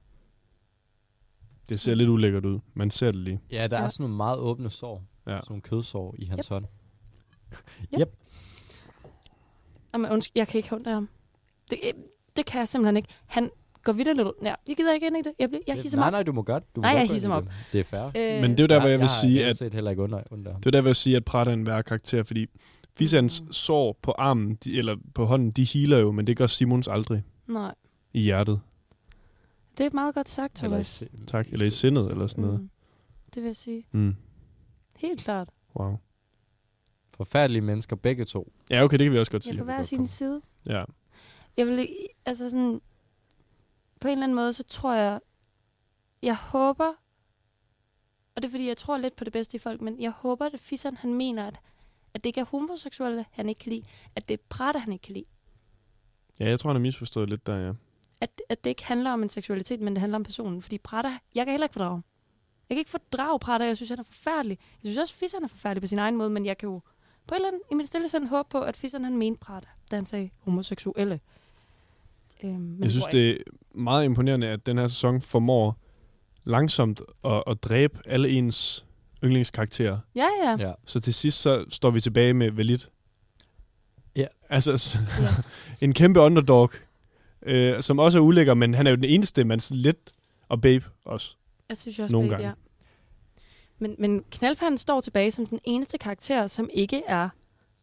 Det ser lidt ulækkert ud. Man ser det lige. Ja, der Ja. er sådan nogle meget åbne sår. Ja. Sådan nogle kødsår i hans Yep. hånd. Yep. Yep. Jamen, undskyld, jeg kan ikke have ondt af ham. Det, øh, det kan jeg simpelthen ikke. Han går vidt lidt ud. Ja, jeg gider ikke ind i det. Jeg, bliver, jeg hisser nej, mig nej, du må godt. Du må Nej, godt jeg gå ind hisser i mig det. Det er fair. op. Øh, Men det er jo der, hvor jeg vil sige, jeg har at set heller ikke under, under. det er der, hvor jeg sige, at Prater er en værre karakter, fordi Fisans Mm. sår på armen, de, eller på hånden, de healer jo, men det gør Simons aldrig Nej, i hjertet. det er meget godt sagt, Eller i Thomas. se- Tak. Eller i sindet, eller sådan noget. Mm. Det vil jeg sige. Mm. Helt klart. Wow. Forfærdelige mennesker, begge to. Ja, okay, det kan vi også godt Jeg sige. kan hver godt sin komme. side. Ja. Jeg vil ikke- altså sådan, på en eller anden måde, så tror jeg, jeg håber, og det er fordi, jeg tror lidt på det bedste i folk, men jeg håber, at Fisan, han mener, at, at det ikke er homoseksuelle, han ikke kan lide, at det er Prater, han ikke kan lide. Ja, jeg tror, han har misforstået lidt der, ja. At, at det ikke handler om en seksualitet, men det handler om personen. Fordi Prater, jeg kan heller ikke fordrage ham. Jeg kan ikke fordrage Prater, jeg synes, han er forfærdelig. Jeg synes også, Fisan er forfærdelig på sin egen måde, men jeg kan jo på et eller andet, i min stille sind håbe på, at Fisan, han mente Prater, da han sagde homoseksuelle. Øhm, men Jeg synes, tror det er meget imponerende, at den her sæson formår langsomt at, at dræbe alle ens yndlingskarakterer. Ja, ja. Ja. Så til sidst, så står vi tilbage med Valit. Ja. Altså, s- Ja. en kæmpe underdog, øh, som også er ulækker, men han er jo den eneste, man sådan lidt, og Babe også. Jeg synes også, Nogle Babe, gange. ja. Men, men Knaldperlen står tilbage som den eneste karakter, som ikke er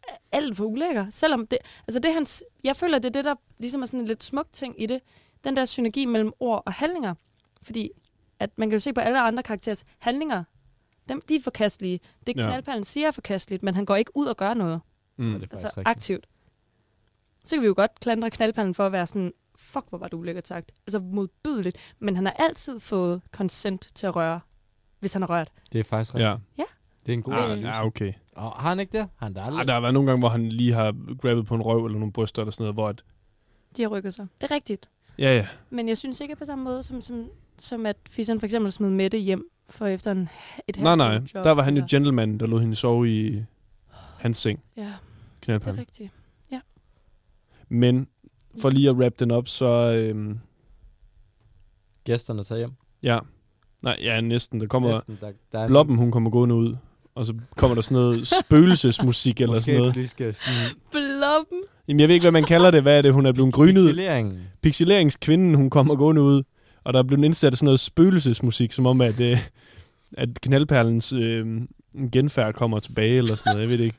alt for ulækker. Selvom det, altså det hans, jeg føler, det er det, der ligesom er sådan en lidt smuk ting i det. Den der synergi mellem ord og handlinger. Fordi at man kan jo se på alle andre karakterers handlinger. Dem, de er forkastelige. Det Ja. Knaldperlen siger er forkasteligt, men han går ikke ud og gør noget. Mm. Det er faktisk Altså rigtigt. aktivt. Så kan vi jo godt klandre Knaldperlen for at være sådan, fuck, hvor var du ulækkert sagt. Altså modbydeligt. Men han har altid fået consent til at røre, hvis han har rørt. Det er faktisk rigtigt. Ja. Det er en god Ah, analyse. ja, okay. Og har han ikke det? Han der aldrig. Ah, der har været nogle gange, hvor han lige har grabbet på en røv eller nogle bryster eller sådan noget, hvor at, De har rykket sig. Det er rigtigt. ja, ja. Men jeg synes ikke på samme måde, som, som, som at Fissen for eksempel smed Mette hjem for efter en, et Nej, nej. halvt job, Der var han jo eller- gentleman, der lod hende sove i hans seng. Ja, det er Knaldperlen. rigtigt. Men for lige at wrap den op, så øhm, Gæsterne tager hjem. ja. Nej, ja, næsten. Der kommer Næsten, der, der er en- Blobben, hun kommer gående ud, og så kommer der sådan noget spøgelsesmusik eller Måske sådan noget. vi skal sådan Blobben! Jamen, jeg ved ikke, hvad man kalder det. Hvad er det? Hun er blevet grynet. pixeleringen. Pixeleringskvinden, hun kommer gående ud, og der er blevet indsat sådan noget spøgelsesmusik, som om, at, øh, at Knaldperlens øh, genfærd kommer tilbage, eller sådan noget. Jeg ved det ikke.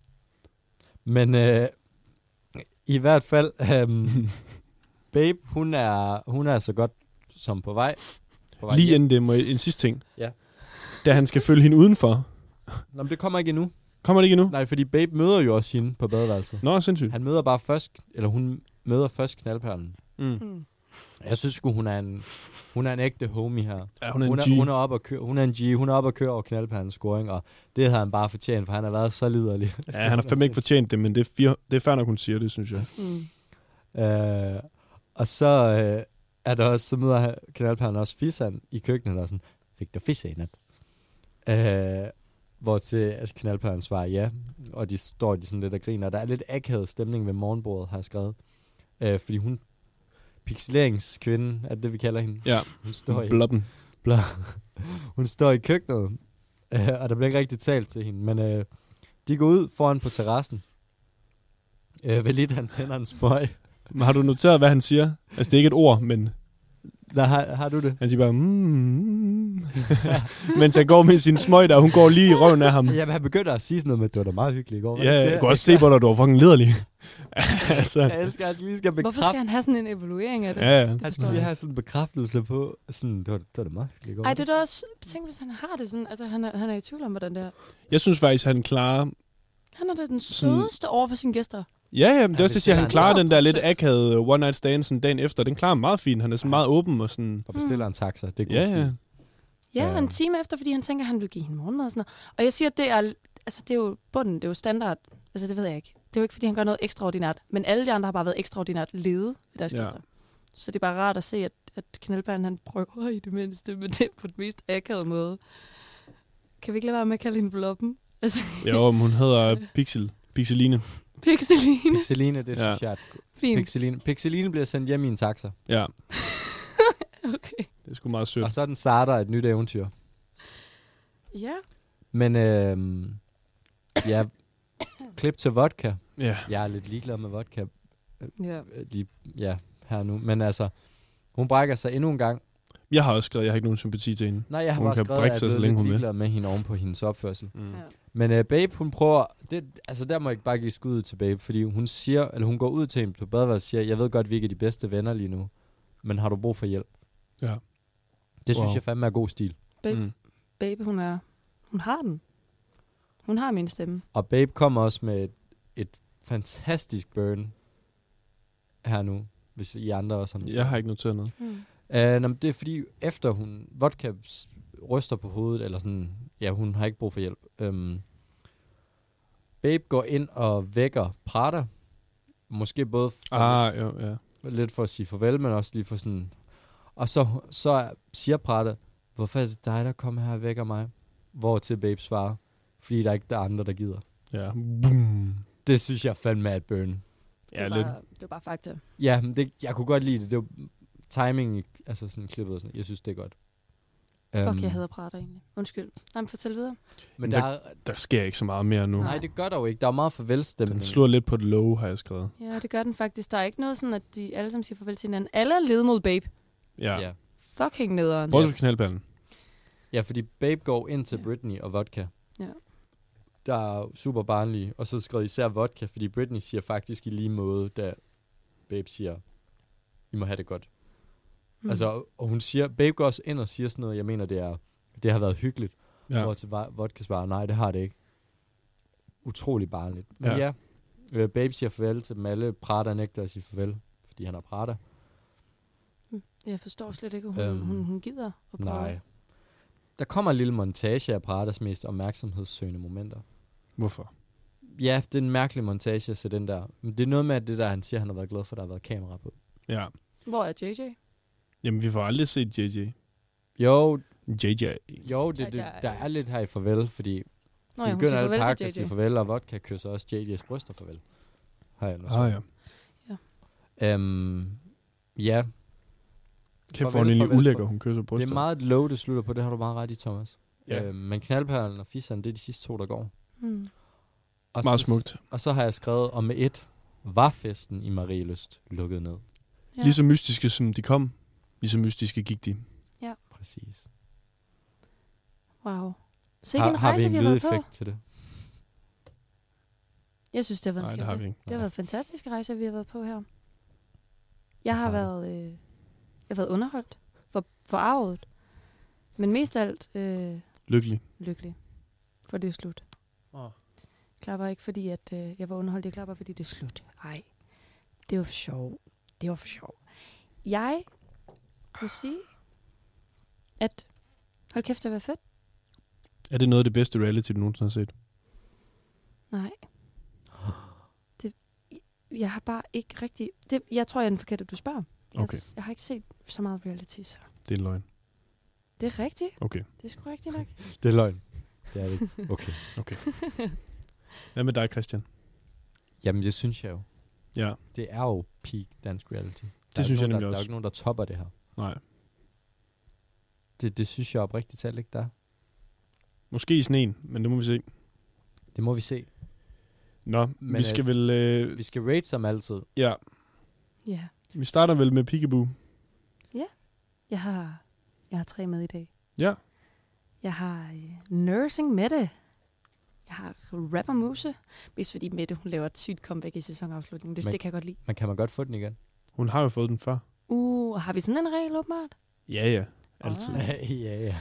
Men øh, i hvert fald, øh, Babe, hun er, hun er så godt som på vej. På vej Lige hjem. inden det må jeg, en sidste ting. Ja. Da han skal følge hende udenfor. Nå, men det kommer ikke endnu. Kommer det ikke endnu? Nej, fordi Babe møder jo også hende på badeværelset. Nå, sindssygt. Han møder bare først, eller hun møder først Knaldperlen. Mm. Mm. Jeg synes sgu, hun er en, hun er en ægte homie her. Ja, hun er Hun en G. er, hun er op og køre, hun er en G, hun er op og køre over Knaldperlens scoring, og det havde han bare fortjent, for han har været så liderlig. Ja, han har fandme ikke fortjent det, men det er, fire, det er fair nok, hun siger det, synes jeg. Mm. Øh, og så øh, er der også, så møder Knaldperlen også Fisan i køkkenet, og sådan, fik du fisse i nat? Øh, hvor til altså, Knaldperlen svarer ja, og de står de sådan lidt og griner. Der er lidt akavet stemning ved morgenbordet, har jeg skrevet. Øh, fordi hun, pixeleringskvinden, er det det, vi kalder hende? Ja, Hun står i, Blobben. hun står i køkkenet, øh, og der bliver ikke rigtig talt til hende, men øh, de går ud foran på terrassen. Øh, ved lidt, han tænder en spøj. Men har du noteret, hvad han siger? Altså, det er ikke et ord, men Der, har, har du det? han siger bare, mm, mens han går med sin smøg der, og hun går lige i røven af ham. Jamen, han begynder at sige sådan noget med, at det var da meget hyggeligt i går. Ja, jeg kunne også se på dig, du var fucking liderlig. altså, Jeg elsker, at han lige skal Hvorfor bekræfte. skal han have sådan en evaluering af det? ja, ja. Han forstår skal lige jeg. have sådan en bekræftelse på, sådan, det var, det var da meget hyggeligt i går. Ej, det er da også... Tænk, hvis han har det sådan... Altså, han er, han er i tvivl om, hvordan det er. Jeg synes faktisk, han klarer... Han er da den Sådan- sødeste over for sine gæster. Ja, ja, men det er Ja, også det, det jeg siger, siger han han. klarer den der hundrede lidt procent. akavede one night stand sådan dagen efter. Den klarer han meget fint. Han er sådan meget åben og sådan... Og bestiller en taxa, det er god Ja, stil. ja. Ja, Ja. en time efter, fordi han tænker, at han vil give hende morgenmad og sådan noget. Og jeg siger, at det er, altså, det er jo bunden, det er jo standard. Altså, det ved jeg ikke. Det er jo ikke, fordi han gør noget ekstraordinært. Men alle de andre har bare været ekstraordinært lede ved deres Ja. gæster. Så det er bare rart at se, at, at Knaldperlen, han prøver i det mindste, men det er på den mest akavede måde. Kan vi ikke lade være med at kalde hende Blobben? Altså, Jo, men hun hedder Pixel. Pixeline. Pixeline. Pixeline, det Ja. synes jeg er Fint. Pixeline. Pixeline bliver sendt hjem i en taxa. Ja, Okay. det er sgu meget sødt. Og så den starter et nyt eventyr. Ja. Men øh, ja, klip til vodka. Ja. Jeg er lidt ligeglad med vodka Ja. øh, lige, ja, her nu. Men altså, hun brækker sig endnu en gang. Jeg har også skrevet, jeg har ikke nogen sympati til hende. Nej, jeg har Hun bare kan skrevet, brække at sig, jeg så er længe lidt hun vil. ligeglad med hende oven på hendes opførsel. Mm. Ja. Men øh, Babe, hun prøver, det, altså der må jeg ikke bare give skud til Babe, fordi hun siger, eller hun går ud til hende på badeværelset og siger, jeg ved godt, vi ikke er de bedste venner lige nu, men har du brug for hjælp? Ja. Det synes Wow. jeg fandme er god stil. Babe, Mm. mm. baby, hun er... Hun har den. Hun har min stemme. Og Babe kommer også med et, et fantastisk burn her nu, hvis I andre også har noteret. Jeg har ikke noteret noget. Mm. Uh, nå, men det er fordi, efter hun, vodka s- ryster på hovedet, eller sådan, ja, hun har ikke brug for hjælp. Um, Babe går ind og vækker Prada. Måske både for Ah, jo, ja. lidt for at sige farvel, men også lige for sådan... Og så, så siger Prada, hvorfor er det dig, der kommer her og vækker mig? Hvor til Babe svarer, fordi der ikke er andre, der gider. Ja. Boom. Det synes jeg fandme er et burn. Det, Ja, var, lidt. det var bare fakta. Ja, men det, jeg kunne godt lide det. Det var timing, i- altså sådan klippet og sådan. Jeg synes, det er godt. Fuck, Øhm, jeg hader prater egentlig. Undskyld. Nej, men fortæl videre. Men Der- der, er, Der sker ikke så meget mere nu. nej, det gør der jo ikke. Der er meget farvelstemning. Den slår lidt på det low, har jeg skrevet. Ja, det gør den faktisk. Der er ikke noget sådan, at de alle sammen siger farvel til hinanden. Alle er led mod Babe. Ja. Ja. Fucking nederen. Bortset fra knaldperlen. ja, fordi Babe går ind til Britney og vodka. Ja. der er super barnlige, og så skrevet især vodka, fordi Britney siger faktisk i lige måde, da Babe siger, I må have det godt. Mm. Altså, og hun siger, Babe går også ind og siger sådan noget, jeg mener, det er, det har været hyggeligt. Ja. Hvor til vodka svarer, nej, det har det ikke. Utrolig barnligt. Men ja, ja øh, Babe siger farvel til dem alle. Prada nægter at sige farvel, fordi han er Prada. Jeg forstår slet ikke, hun, øhm, hun, hun gider at prøve. Nej. Der kommer en lille montage af Pradas mest opmærksomhedssøgende momenter. Hvorfor? Ja, det er en mærkelig montage at se den der. Men det er noget med, at det der, han siger, han har været glad for, der har været kamera på. Ja. Hvor er J J? Jamen, vi får aldrig set J J. Jo, J J. Jo, det, det, der er lidt her i farvel, fordi Nå, de ja, begynder alle farvel pakker at sige farvel, og vodka kysser også J J's bryster farvel. Har jeg Ah, ja. ja. Um, ja. Kæft, hvor hun egentlig ulækker, hun kysser bryster. Det er meget low, det slutter på, det har du meget ret i, Thomas. Ja. Uh, men knaldperlen og fisseren, det er de sidste to, der går. Mm. Og meget så, smukt. Og så har jeg skrevet, og med et var festen i Marielyst lukket ned. Ja. Lige så mystiske, som de kom, lige så mystiske gik de. Ja. Præcis. Wow. Så har, en har vi rejse, en vi har været på? lydeffekt til det? Jeg synes, det har været Nej, en det har kæmpe. vi ikke. Det har været fantastiske rejser, vi har været på her. Jeg har været, øh, jeg har været underholdt, for, forarvet, men mest af alt øh, lykkelig. Lykkelig, for det er slut. Oh. Klapper ikke, fordi at, øh, jeg var underholdt, jeg klapper, fordi det er slut. Ej, det var for sjov. Det var for sjov. Jeg kunne sige, at hold kæft, det var fedt. Er det noget af det bedste reality, du nogensinde har set? Nej. Det, jeg har bare ikke rigtig... Det, jeg tror, jeg er den forkerte, du spørger. Okay. Jeg, jeg har ikke set så meget reality, så... Det er en løgn. Det er rigtigt. Okay. Det er sgu rigtigt nok. Det er løgn. Det er det ikke. Okay. Okay. Hvad med dig, Christian? Jamen, det synes jeg jo. Ja. Det er jo peak dansk reality. Det synes jeg nogen, nemlig der, også. Der er ikke nogen, der topper det her. Nej. Det, det synes jeg oprigtigt talt ikke, der er. Måske i sneen, men det må vi se. Det må vi se. Nå, men vi skal øh, vel... Øh, vi skal rate som altid. Ja. Ja. Vi starter vel med Peekaboo. Ja. Jeg har, jeg har tre med i dag. Ja. Jeg har øh, Nursing Mette. Jeg har Rapper Muse. Mest fordi Mette, hun laver et sygt comeback i sæsonafslutningen. Det, men, det kan jeg godt lide. Men kan man godt få den igen? Hun har jo fået den før. Uh, har vi sådan en regel, åbenbart? Ja, ja. Altid. Ah. ja, ja.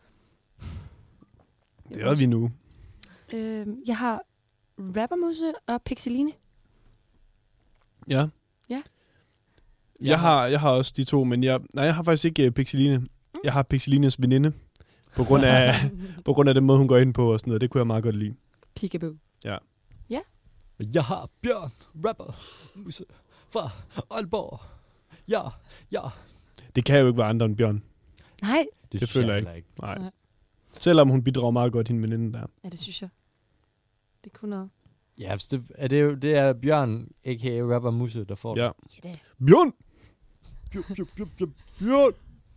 Det er vi nu. Øh, jeg har Rappermuse og Pixeline. Ja. Ja. Jeg har, jeg har også de to, men jeg, nej, jeg har faktisk ikke uh, Pixeline. Mm. Jeg har Pixelines veninde. På grund af, på grund af den måde, hun går ind på og sådan noget. Det kunne jeg meget godt lide. Peekaboo. Ja. Ja. Jeg har Bjørn, rapper, muse fra Aalborg. Ja, ja. Det kan jo ikke være andre end Bjørn. Nej. Det, det føler jeg ikke. ikke. Nej. Nej. Selvom hun bidrager meget godt, hende veninde der. Ja, det synes jeg. Det kunne noget. Ja, det er, det, jo, det er Bjørn, a k a. rapper Musse, der får ja. det. Yeah. Bjørn! Bjørn, Bjørn, Bjørn, Bjørn, Bjørn!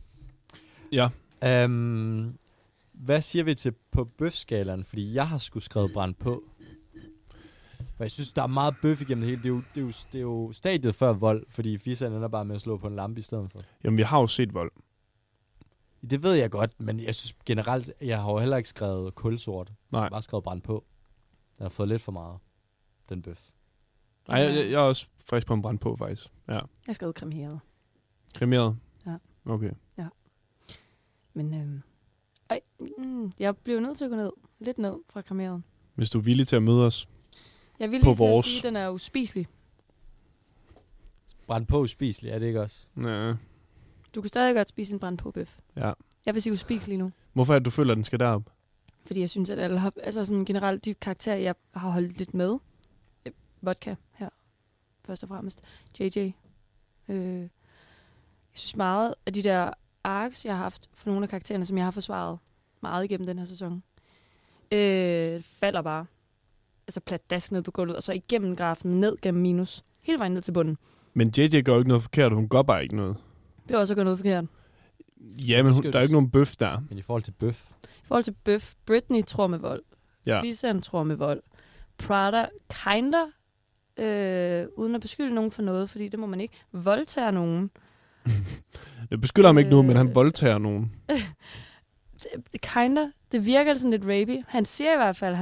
Ja. Um, hvad siger vi til på bøfskalaen? Fordi jeg har sgu skrevet brændt på. For jeg synes, der er meget bøf igennem det hele. Det er jo, det er jo, det er jo stadiet før vold, fordi fisseren ender bare med at slå på en lampe i stedet for. Jamen, vi har jo set vold. Det ved jeg godt, men jeg synes generelt, jeg har jo heller ikke skrevet kulsort. Nej. Jeg har bare skrevet brændt på. Den har fået lidt for meget, den bøf. Nej, jeg, jeg er også frisk på en brændt på, faktisk. Ja. Jeg har skrevet kremeret. Kremeret? Ja. Okay. Ja. Men øhm, øj, mm, jeg blev nødt til at gå ned. Lidt ned fra kremeret. Hvis du er villig til at møde os. Jeg vil lige til vores. at sige, at den er uspiselig. Brændt på uspiselig, er det ikke også? Ja. Du kan stadig godt spise en brændt på bøf. Ja. Jeg vil sige uspiselig nu. Hvorfor er det, du føler, at den skal derop? Fordi jeg synes, at alle har, altså sådan generelt de karakterer, jeg har holdt lidt med. Vodka her, først og fremmest. J J. Øh, jeg synes meget af de der arcs, jeg har haft for nogle af karaktererne, som jeg har forsvaret meget igennem den her sæson, øh, falder bare. Altså pladask ned på gulvet, og så igennem grafen, ned gennem minus. Hele vejen ned til bunden. Men J J gør jo ikke noget forkert, hun gør bare ikke noget. Det er også at gøre noget forkert. Ja, men hun, der er ikke nogen bøf der. Men i forhold til bøf? I forhold til bøf, Britney tror med vold. Ja. Fisan tror med vold. Prada kinder, øh, uden at beskylde nogen for noget, fordi det må man ikke. Voldtager nogen. Jeg beskylder ham ikke øh, nogen, men han voldtager nogen. Kinder, det virker sådan lidt rapey. Han siger i hvert fald, at han godt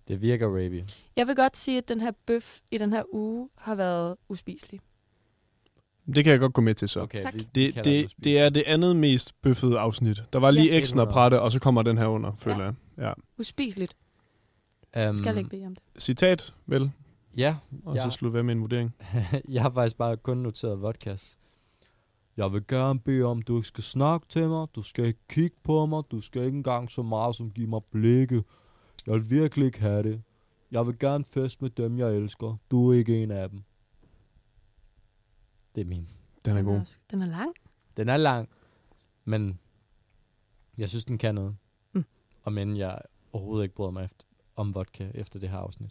Det virker rapey. Jeg vil godt sige, at den her bøf i den her uge har været uspiselig. Det kan jeg godt gå med til så. Okay, Tak. vi, vi Det, kalder den det, uspiselig. det er det andet mest bøffede afsnit. Der var lige Ja. X'en og Pratte, og så kommer den her under, føler Ja. jeg. Ja. Uspiseligt. Um, Skal jeg ikke bede om det? Citat, vel? Ja, Og ja. så slutte ved med en vurdering. Jeg har faktisk bare kun noteret vodkas. Jeg vil gerne bede om, du ikke skal snakke til mig. Du skal ikke kigge på mig. Du skal ikke engang så meget som give mig blikke. Jeg vil virkelig ikke have det. Jeg vil gerne feste med dem, jeg elsker. Du er ikke en af dem. Det er min. Den er god. også- Den er lang. Den er lang, men jeg synes, den kan noget. Mm. Og men jeg overhovedet ikke bryder mig efter, om vodka efter det her afsnit.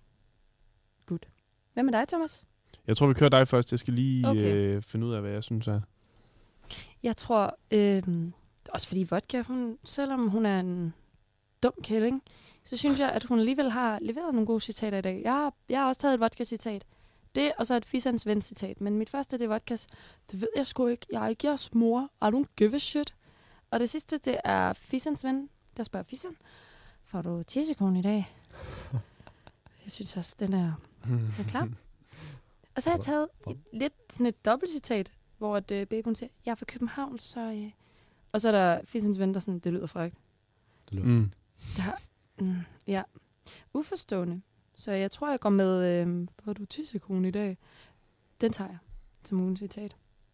Hvad med dig, Thomas? Jeg tror, vi kører dig først. Jeg skal lige Okay. øh, finde ud af, hvad jeg synes er. Jeg tror, øh, også fordi vodka, hun, selvom hun er en dum kælling, så synes jeg, at hun alligevel har leveret nogle gode citater i dag. Jeg har, jeg har også taget et vodka-citat. Det, og så et Fissans ven-citat. Men mit første, det er vodkas. Det ved jeg sgu ikke. Jeg er ikke jeres mor. I don't give a shit. Og det sidste, det er Fissans ven, der spørger Fissan, får du tissekone i dag? Jeg synes også, den er, den er klar. Og så har jeg taget et, lidt sådan et dobbeltcitat, hvor at, øh, baby hun siger, jeg er fra København, så... Øh. Og så er der Fissans ven, der sådan, det lyder frækt. Det lyder. Mm. Der, mm, ja, uforstående. Så jeg tror, jeg går med, øh, får du tissekone i dag? Den tager jeg som ugens citat.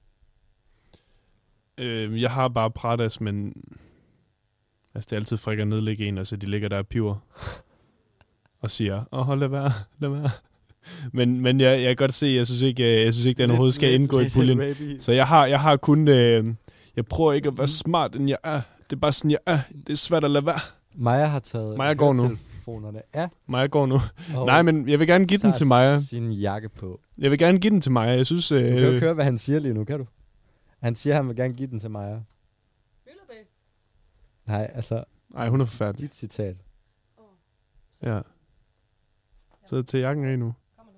Øh, jeg har bare Pradas, men... Altså, det er altid fræk at nedlægge en, altså de ligger der og piver. Og siger, åh, oh, lad være, lad være. Men, men jeg, jeg kan godt se, jeg synes ikke, jeg synes ikke den overhovedet skal indgå i puljen. Så jeg har, jeg har kun... Øh, jeg prøver ikke at være smart, end jeg er. Det er bare sådan, jeg er. Det er svært at lade være. Maja har taget Maja går nu. telefonerne af. Maja går nu. Og Nej, men jeg vil gerne give den tager til Maja. sin jakke på. Jeg vil gerne give den til Maja. Jeg synes... Øh, Du kan jo ikke høre, hvad han siger lige nu, kan du? Han siger, at han vil gerne give den til Maja. Nej, altså, Ej, hun er forfærdelig. dit citat. Ja. Så til jakken af nu.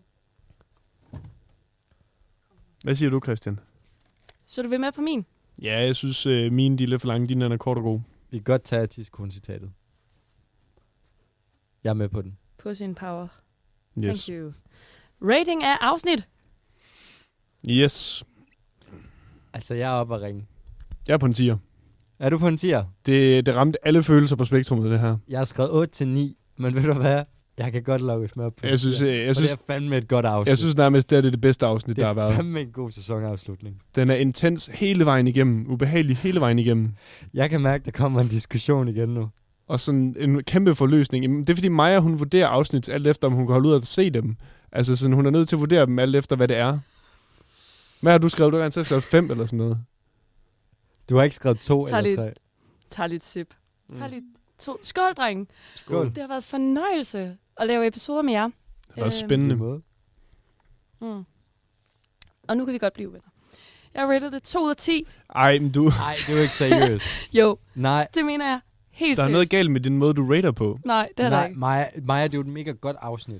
Hvad siger du, Christian? Så du vil med på min? Ja, jeg synes, øh, mine de er lidt for lange. Dine er kort og god. Vi kan godt tage tidskone-citatet. Jeg er med på den. Pussy in power. Yes. Thank you. Rating af afsnit. Yes. Altså, jeg er oppe at ringe. Jeg er på en tier. Er du på en tier? Det, det ramte alle følelser på spektrummet, det her. Jeg har skrevet otte til ni, men ved du hvad? Jeg kan godt logge med på Jeg en synes, tier. øh, jeg Og synes, det er fandme et godt afsnit. jeg synes nærmest, det er det, det bedste afsnit, det der har er været. fandme en god sæsonafslutning. Den er intens hele vejen igennem. Ubehagelig hele vejen igennem. Jeg kan mærke, der kommer en diskussion igen nu. Og sådan en kæmpe forløsning. Jamen, det er fordi Maja, hun vurderer afsnit alt efter, om hun kan holde ud at se dem. Altså sådan, hun er nødt til at vurdere dem alt efter, hvad det er. Hvad har du skrevet? Du har altid skrevet fem eller sådan noget. Du har ikke skrevet to Tag eller lidt. tre. Tag lidt sip. Tag lidt to. Skål, drenge. Skål. Det har været fornøjelse at lave episoder med jer. Det var Øhm, spændende. Måde. Mm. Og nu kan vi godt blive venner. Jeg har rated det to ud af ti. Ej, men du... Nej, det er jo ikke seriøst. Jo, Nej, det mener jeg helt Der er seriøst. noget galt med din måde, du rater på. Nej, det er der Nej, ikke. Maja, Maja, det er jo et mega godt afsnit.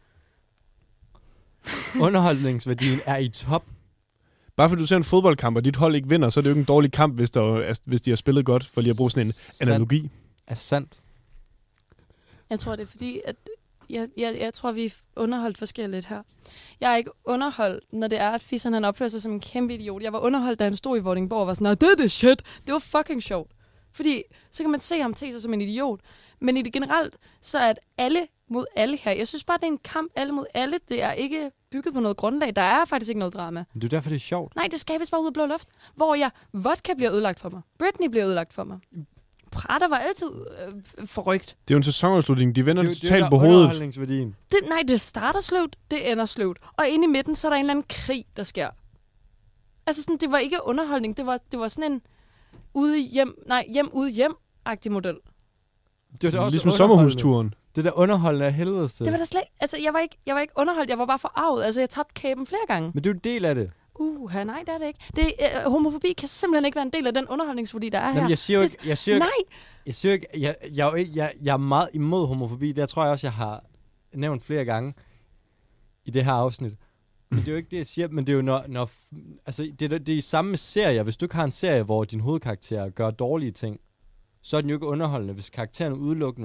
Underholdningsværdien er i top. Bare fordi du ser en fodboldkamp, og dit hold ikke vinder, så er det jo ikke en dårlig kamp, hvis, der, hvis de har spillet godt, for lige at bruge sådan en Sandt. analogi. Er sandt. Jeg tror, det er fordi, at jeg, jeg, jeg tror, vi er underholdt forskelligt her. Jeg er ikke underholdt, når det er, at Fissan han opfører sig som en kæmpe idiot. Jeg var underholdt, da han stod i Vordingborg og var sådan, nej, det er det shit. Det var fucking sjovt. Fordi så kan man se ham te sig som en idiot. Men i det generelt, så er det alle mod alle her. Jeg synes bare, det er en kamp alle mod alle. Det er ikke bygget på noget grundlag. Der er faktisk ikke noget drama. Men det er derfor, det er sjovt. Nej, det skabes bare ud af blå luft. Hvor jeg, vodka bliver ødelagt for mig. Britney bliver ødelagt for mig. Prater var altid øh, forrygt. Det er jo en sæsonafslutning. De vender Det, det, det, det er totalt jo på hovedet. underholdningsværdien. Det, nej, det starter sløvt, det ender sløvt. Og inde i midten, så er der en eller anden krig, der sker. Altså sådan, det var ikke underholdning. Det var, det var sådan en ude hjem, nej, hjem ude hjem-agtig model. Det var da også Ligesom underholdende. sommerhusturen. Det der underholdende af helvede til. Det var da slet altså jeg var ikke jeg var ikke underholdt, jeg var bare forarvet. Altså jeg tabte kæben flere gange. Men det er jo en del af det. Uh, nej, det er det ikke. Det øh, homofobi kan simpelthen ikke være en del af den underholdningsværdi, der er Jamen, her. jeg siger jo Det- ikke, jeg siger jo Nej, ikke, jeg siger jo ikke, jeg, jeg, er jo ikke- jeg, jeg er meget imod homofobi. Det tror jeg også, jeg har nævnt flere gange i det her afsnit. Men det er jo ikke det, jeg siger. Men det er jo når, når altså det, er- det er i samme med serier. Hvis du ikke har en serie, hvor din hovedkarakter gør dårlige ting, så er den jo ikke underholdende. Hvis karakteren udelukkende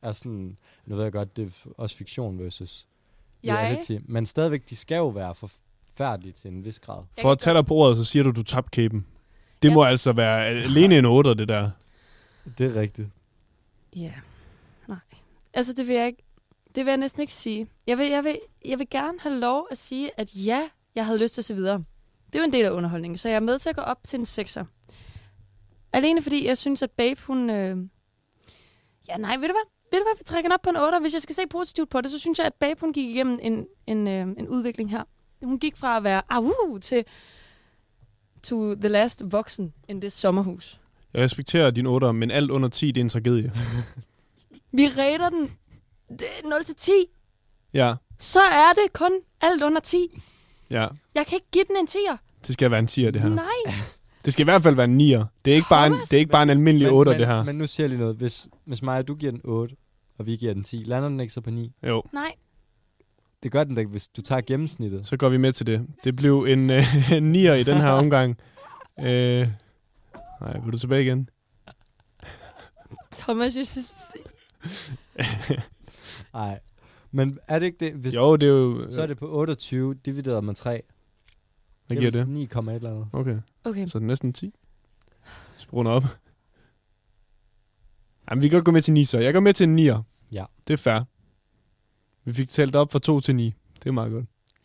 er sådan, nu ved jeg godt, det er også fiktion versus Jeg- reality, men stadigvæk, de skal jo være forfærdelige til en vis grad. Jeg For kan at tage dig på ordet, så siger du, du tabte kæben. Det Ja. må altså være alene en otter, det der. Det er rigtigt. Ja, nej. Altså, det vil jeg ikke. Det vil jeg næsten ikke sige. Jeg vil, jeg vil, jeg vil gerne have lov at sige, at ja, jeg havde lyst til at se videre. Det er jo en del af underholdningen, så jeg er med til at gå op til en sekser. Alene fordi jeg synes, at Babe, hun... Øh... Ja, nej, ved du hvad? Ved du hvad, vi trækker den op på en otter. Hvis jeg skal se positivt på det, så synes jeg, at Babe, hun gik igennem en, en, øh, en udvikling her. Hun gik fra at være ah, uh, til to the last voksen in this sommerhus. Jeg respekterer din otter, men alt under ti, det er en tragedie. Vi rater den det er nul til ti. Ja, Så er det kun alt under ti. ja. Jeg kan ikke give den en tier. Det skal være en tier, det her. Nej. Det skal i hvert fald være en nier. Det er ikke bare en, Thomas! det er ikke bare en almindelig men, otter, men, det her. Men nu siger jeg lige noget. Hvis, hvis mig og du giver den otte, og vi giver den ti, lander den ikke så på ni? Jo, Nej. Det gør den da, hvis du tager gennemsnittet. så går vi med til det. Det blev en, øh, en nier i den her omgang. Øh, nej, vil du tilbage igen? Thomas, jeg synes... Nej. Men er det ikke det? Hvis, Jo, det er jo... så er det på otteogtyve, divideret med tre. Hvad giver det? ni komma et eller andet. Okay, Okay. så er det næsten ti. Sprunder op. Jamen, vi kan godt gå med til ni, så. Jeg går med til en nier. Ja. Det er fair. Vi fik talt op fra to til ni. Det er meget godt.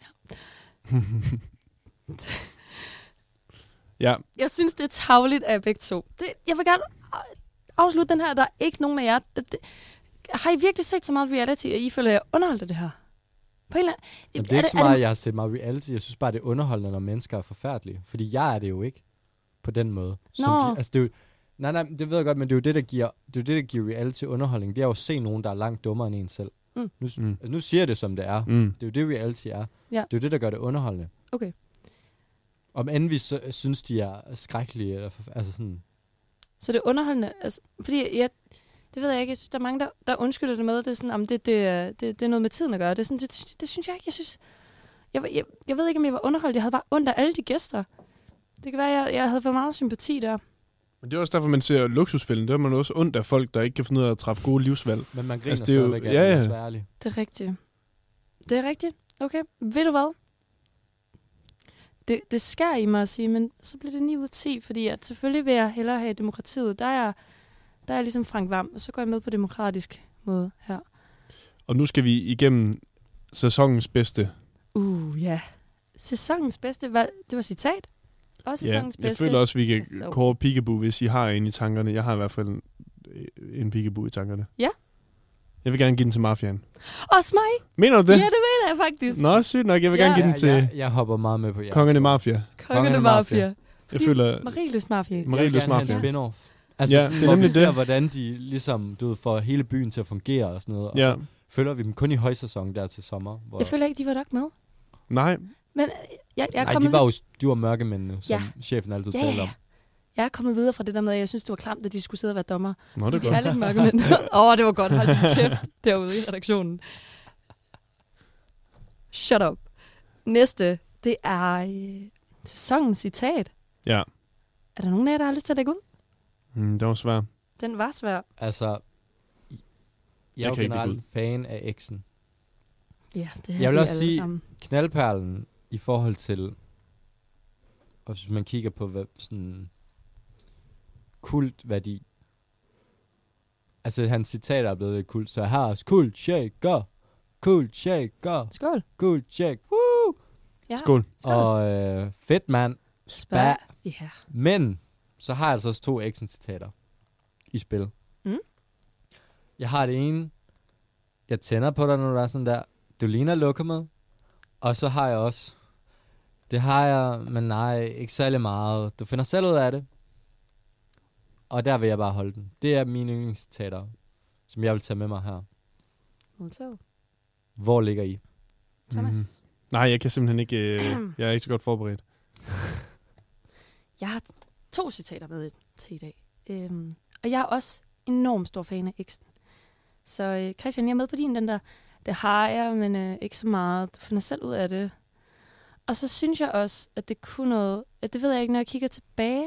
Ja, Jeg synes, det er tavligt af begge to. Det, jeg vil gerne afslutte den her. Der er ikke nogen af jer... Det, det, har I virkelig set så meget reality, at I føler, at jeg underholder det her? På en eller anden... Jamen, det er ikke så meget, at jeg har set meget reality. Jeg synes bare, det er underholdende, når mennesker er forfærdelige. Fordi jeg er det jo ikke på den måde. Som Nå. de, altså, det er jo, nej, nej, det ved jeg godt, men det er jo det, der giver, det er jo det, der giver reality underholdning. Det er jo at se nogen, der er langt dummere end en selv. Mm. Nu, Mm. altså, nu siger jeg det, som det er. mm. Det er jo det, reality er. Ja. Det er jo det, der gør det underholdende. Okay. Om end vi så, synes, de er skrækkelige. Eller for, altså sådan, Så det er underholdende. Altså, fordi jeg... Det ved jeg ikke. Jeg synes, der er mange, der, der undskylder det med. Det er sådan, om det, det, er- det, det er noget med tiden at gøre. Det, er sådan, det, det synes jeg ikke. Jeg synes... Jeg, var- jeg, jeg ved ikke, om jeg var underholdt. Jeg havde bare ondt af alle de gæster. Det kan være, jeg, jeg havde for meget sympati der. Men det er også derfor, man ser luksusfælden. Der er man også ondt af folk, der ikke kan finde ud af at træffe gode livsvalg. men man griner Altså, altså, det er jo- stadigvæk af, ja, at ja. det er sværligt. Det er rigtigt. Det er rigtigt. Okay. Ved du hvad? Det, det skærer i mig at sige, men så bliver det ni ud af ti, fordi at selvfølgelig vil jeg hellere have demokratiet. Der er, jeg- der er jeg ligesom Frank Hvam, og så går jeg med på demokratisk måde her. Og nu skal vi igennem sæsonens bedste. Uh, ja. Sæsonens bedste, var, det var citat. Også Ja, sæsonens jeg bedste. føler også, vi kan Så- kåre Peekaboo, hvis I har en i tankerne. Jeg har i hvert fald en, en Peekaboo i tankerne. Ja. Jeg vil gerne give den til Mafiaen. Også mig. Mener du det? Ja, det mener jeg faktisk. Nå, sygt nok. Jeg vil Ja. gerne give den Jeg, til jeg, jeg hopper meget med på jer. Kongerne Mafia. Kongerne Mafia. Jeg Fordi føler... Marieløs Mafia. Marieløs Mafia. Mafia. En spin-off. Altså, Ja, ja, det er det hvor nemlig vi ser, det. hvordan de ligesom, du ved, får hele byen til at fungere og sådan noget. Og Ja. så følger vi dem kun i højsæson der til sommer. Hvor... Jeg føler ikke, de var nok med. Nej, Men øh, jeg, jeg er Nej, kommet de var jo de var mørkemændene, som Ja. chefen altid Ja, taler ja, om. ja. Jeg er kommet videre fra det der med, at jeg synes, det var klamt, at de skulle sidde og være dommer. Nå, det De er er godt. lidt mørke mænd. Åh, oh, det var godt. Hold din kæft derude i redaktionen. Shut up. Næste, det er øh, sæsonens citat. Ja. Er der nogen af jer, der har lyst til at lægge ud? Mm, det var svært. Den var svær. Altså, jeg, jeg er jo kan ikke generelt gå fan af eksen. Ja, det er Jeg vil vi også alle sige- sammen. Knaldperlen i forhold til, og hvis man kigger på hvad, sådan kultværdi. Altså, hans citater er blevet lidt kult, så jeg har også kult shaker, kult shaker, Skål. kult shake, woo! Ja. Skål. Skål. Og øh, fedt mand, spa. Ja. Men, så har jeg altså også to Exen-citater i spil. Mm. Jeg har det ene, jeg tænder på dig, når du er sådan der, du ligner lukker med. Og så har jeg også, det har jeg, men nej, ikke særlig meget. Du finder selv ud af det. Og der vil jeg bare holde den. Det er mine yndlingscitater, som jeg vil tage med mig her. Modtaget. Hvor ligger I? Thomas. Mhm. Nej, jeg kan simpelthen ikke... Øh, jeg er ikke så godt forberedt. Jeg har to citater med til i dag. Øhm, og jeg er også enormt stor fan af X'en. Så øh, Christian, jeg er med på din, den der, det har jeg, men øh, ikke så meget. Du finder selv ud af det. Og så synes jeg også, at det kunne noget, at det ved jeg ikke, når jeg kigger tilbage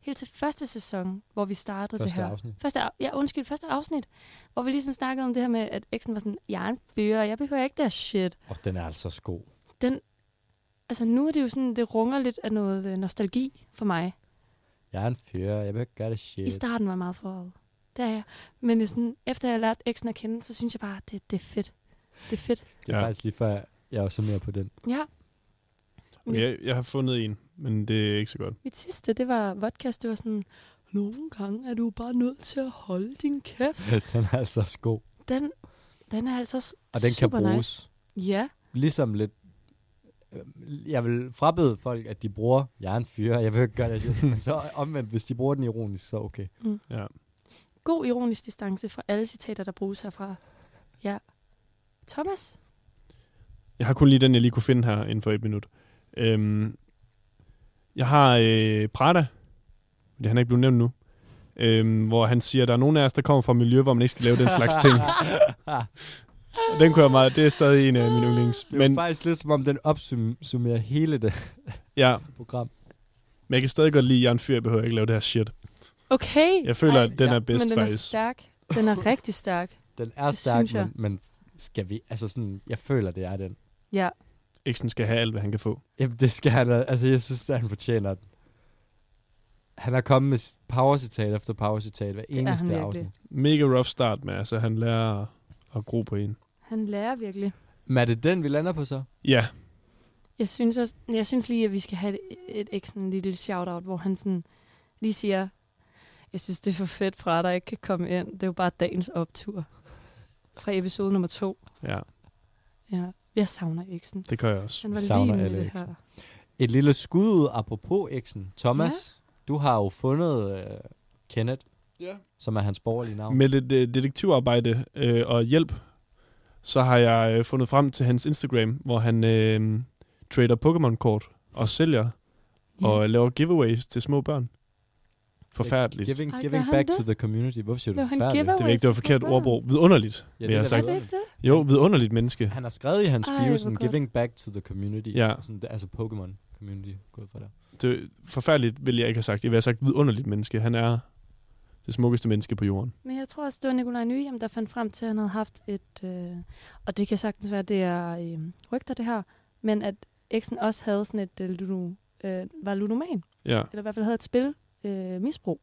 helt til første sæson, hvor vi startede Første det her. afsnit. Første af, ja, undskyld, første afsnit, hvor vi ligesom snakkede om det her med, at eksen var sådan, jeg er en fyr, jeg behøver ikke det her shit. Og den er altså så god. Den, altså nu er det jo sådan, det runger lidt af noget øh, nostalgi for mig. Jeg er en fyr, jeg vil ikke gøre det shit. I starten var jeg meget forholdet. Det er jeg. Men øh, sådan, efter jeg har lært eksen at kende, så synes jeg bare, det, det er fedt. Det er fedt. Det er Ja. faktisk lige før, jeg er så mere på den. Ja. Okay, jeg, jeg har fundet en, men det er ikke så godt. Mit sidste, det var vodcast. Det var sådan, nogle gange er du bare nødt til at holde din kæft. Den er altså så god. Den, den er altså s- Og den kan super bruges. Nice. Ja. Ligesom lidt... øh, Jeg vil frabede folk, at de bruger, jeg er en fyr, jeg vil ikke gøre det shit. Men så omvendt, hvis de bruger den ironisk, så okay. Ja. God ironisk distance fra alle citater, der bruges herfra. Ja. Thomas? Jeg har kun lige den, jeg lige kunne finde her inden for et minut. Øhm, jeg har øh, Prada, det han er ikke blevet nævnt nu, øhm, hvor han siger, at der er nogen af os, der kommer fra et miljø, hvor man ikke skal lave den slags ting. Og den kunne jeg meget, det er stadig en af mine yndlings. Det er Men, faktisk lidt som om, den opsummerer hele det ja, program. men jeg kan stadig godt lide, at jeg er en fyr, jeg behøver ikke lave det her shit. Okay. Jeg føler, Ej, at den ja, er bedst men den er faktisk. stærk. Den er rigtig stærk. Den er Det stærk, synes jeg. men, men skal vi... Altså sådan, jeg føler, det er den. Ja. Eksen skal have alt, hvad han kan få. Jamen, det skal han... Altså, jeg synes, at han fortjener den. Han har kommet med s- power-citat efter power-citat hver er han eneste virkelig. afsnit. Mega rough start med, altså han lærer at, at gro på en. Han lærer virkelig. Men er det den, vi lander på så? Ja, Jeg synes, også, jeg synes lige, at vi skal have et, et ekstra en lille shout-out, hvor han sådan lige siger, jeg synes, det er for fedt fra, at der ikke kan komme ind. Det er jo bare dagens optur. Fra episode nummer to. ja, Ja. Jeg savner eksen. det gør jeg også. Han var Savner lige med alle det eksen. her. Et lille skud ud apropos eksen. Thomas, ja. Du har jo fundet uh, Kenneth, Ja. som er hans borgerlige navn. Med lidt uh, detektivarbejde øh, og hjælp, så har jeg øh, fundet frem til hans Instagram, hvor han øh, trader Pokémon-kort og sælger Ja. og laver giveaways til små børn. Forfærdeligt. Giving, Ej, giving gør han back det? to the community. Hvorfor siger du Laver han forfærdeligt? giveaway? Det var ikke, det var til forkert små børn? ordbrug. Vidunderligt, Ja, vil jeg det have er Er sagt. det ikke det? Jo, vidunderligt menneske. Han har skrevet i hans Ej, bio hvor sådan, godt. giving back to the community. Ja. Sådan, det, altså Pokémon community. Gået fra der. Det, forfærdeligt vil jeg ikke have sagt. Jeg vil have sagt vidunderligt menneske. Han er det smukkeste menneske på jorden. Men jeg tror også, det var Nikolaj Nyhjem, der fandt frem til, at han havde haft et... Øh, og det kan sagtens være, det er øh, rygter det her, men at eksen også havde sådan et... Øh, ludo, øh, var ludoman. Ja. Eller i hvert fald havde et spil øh, misbrug.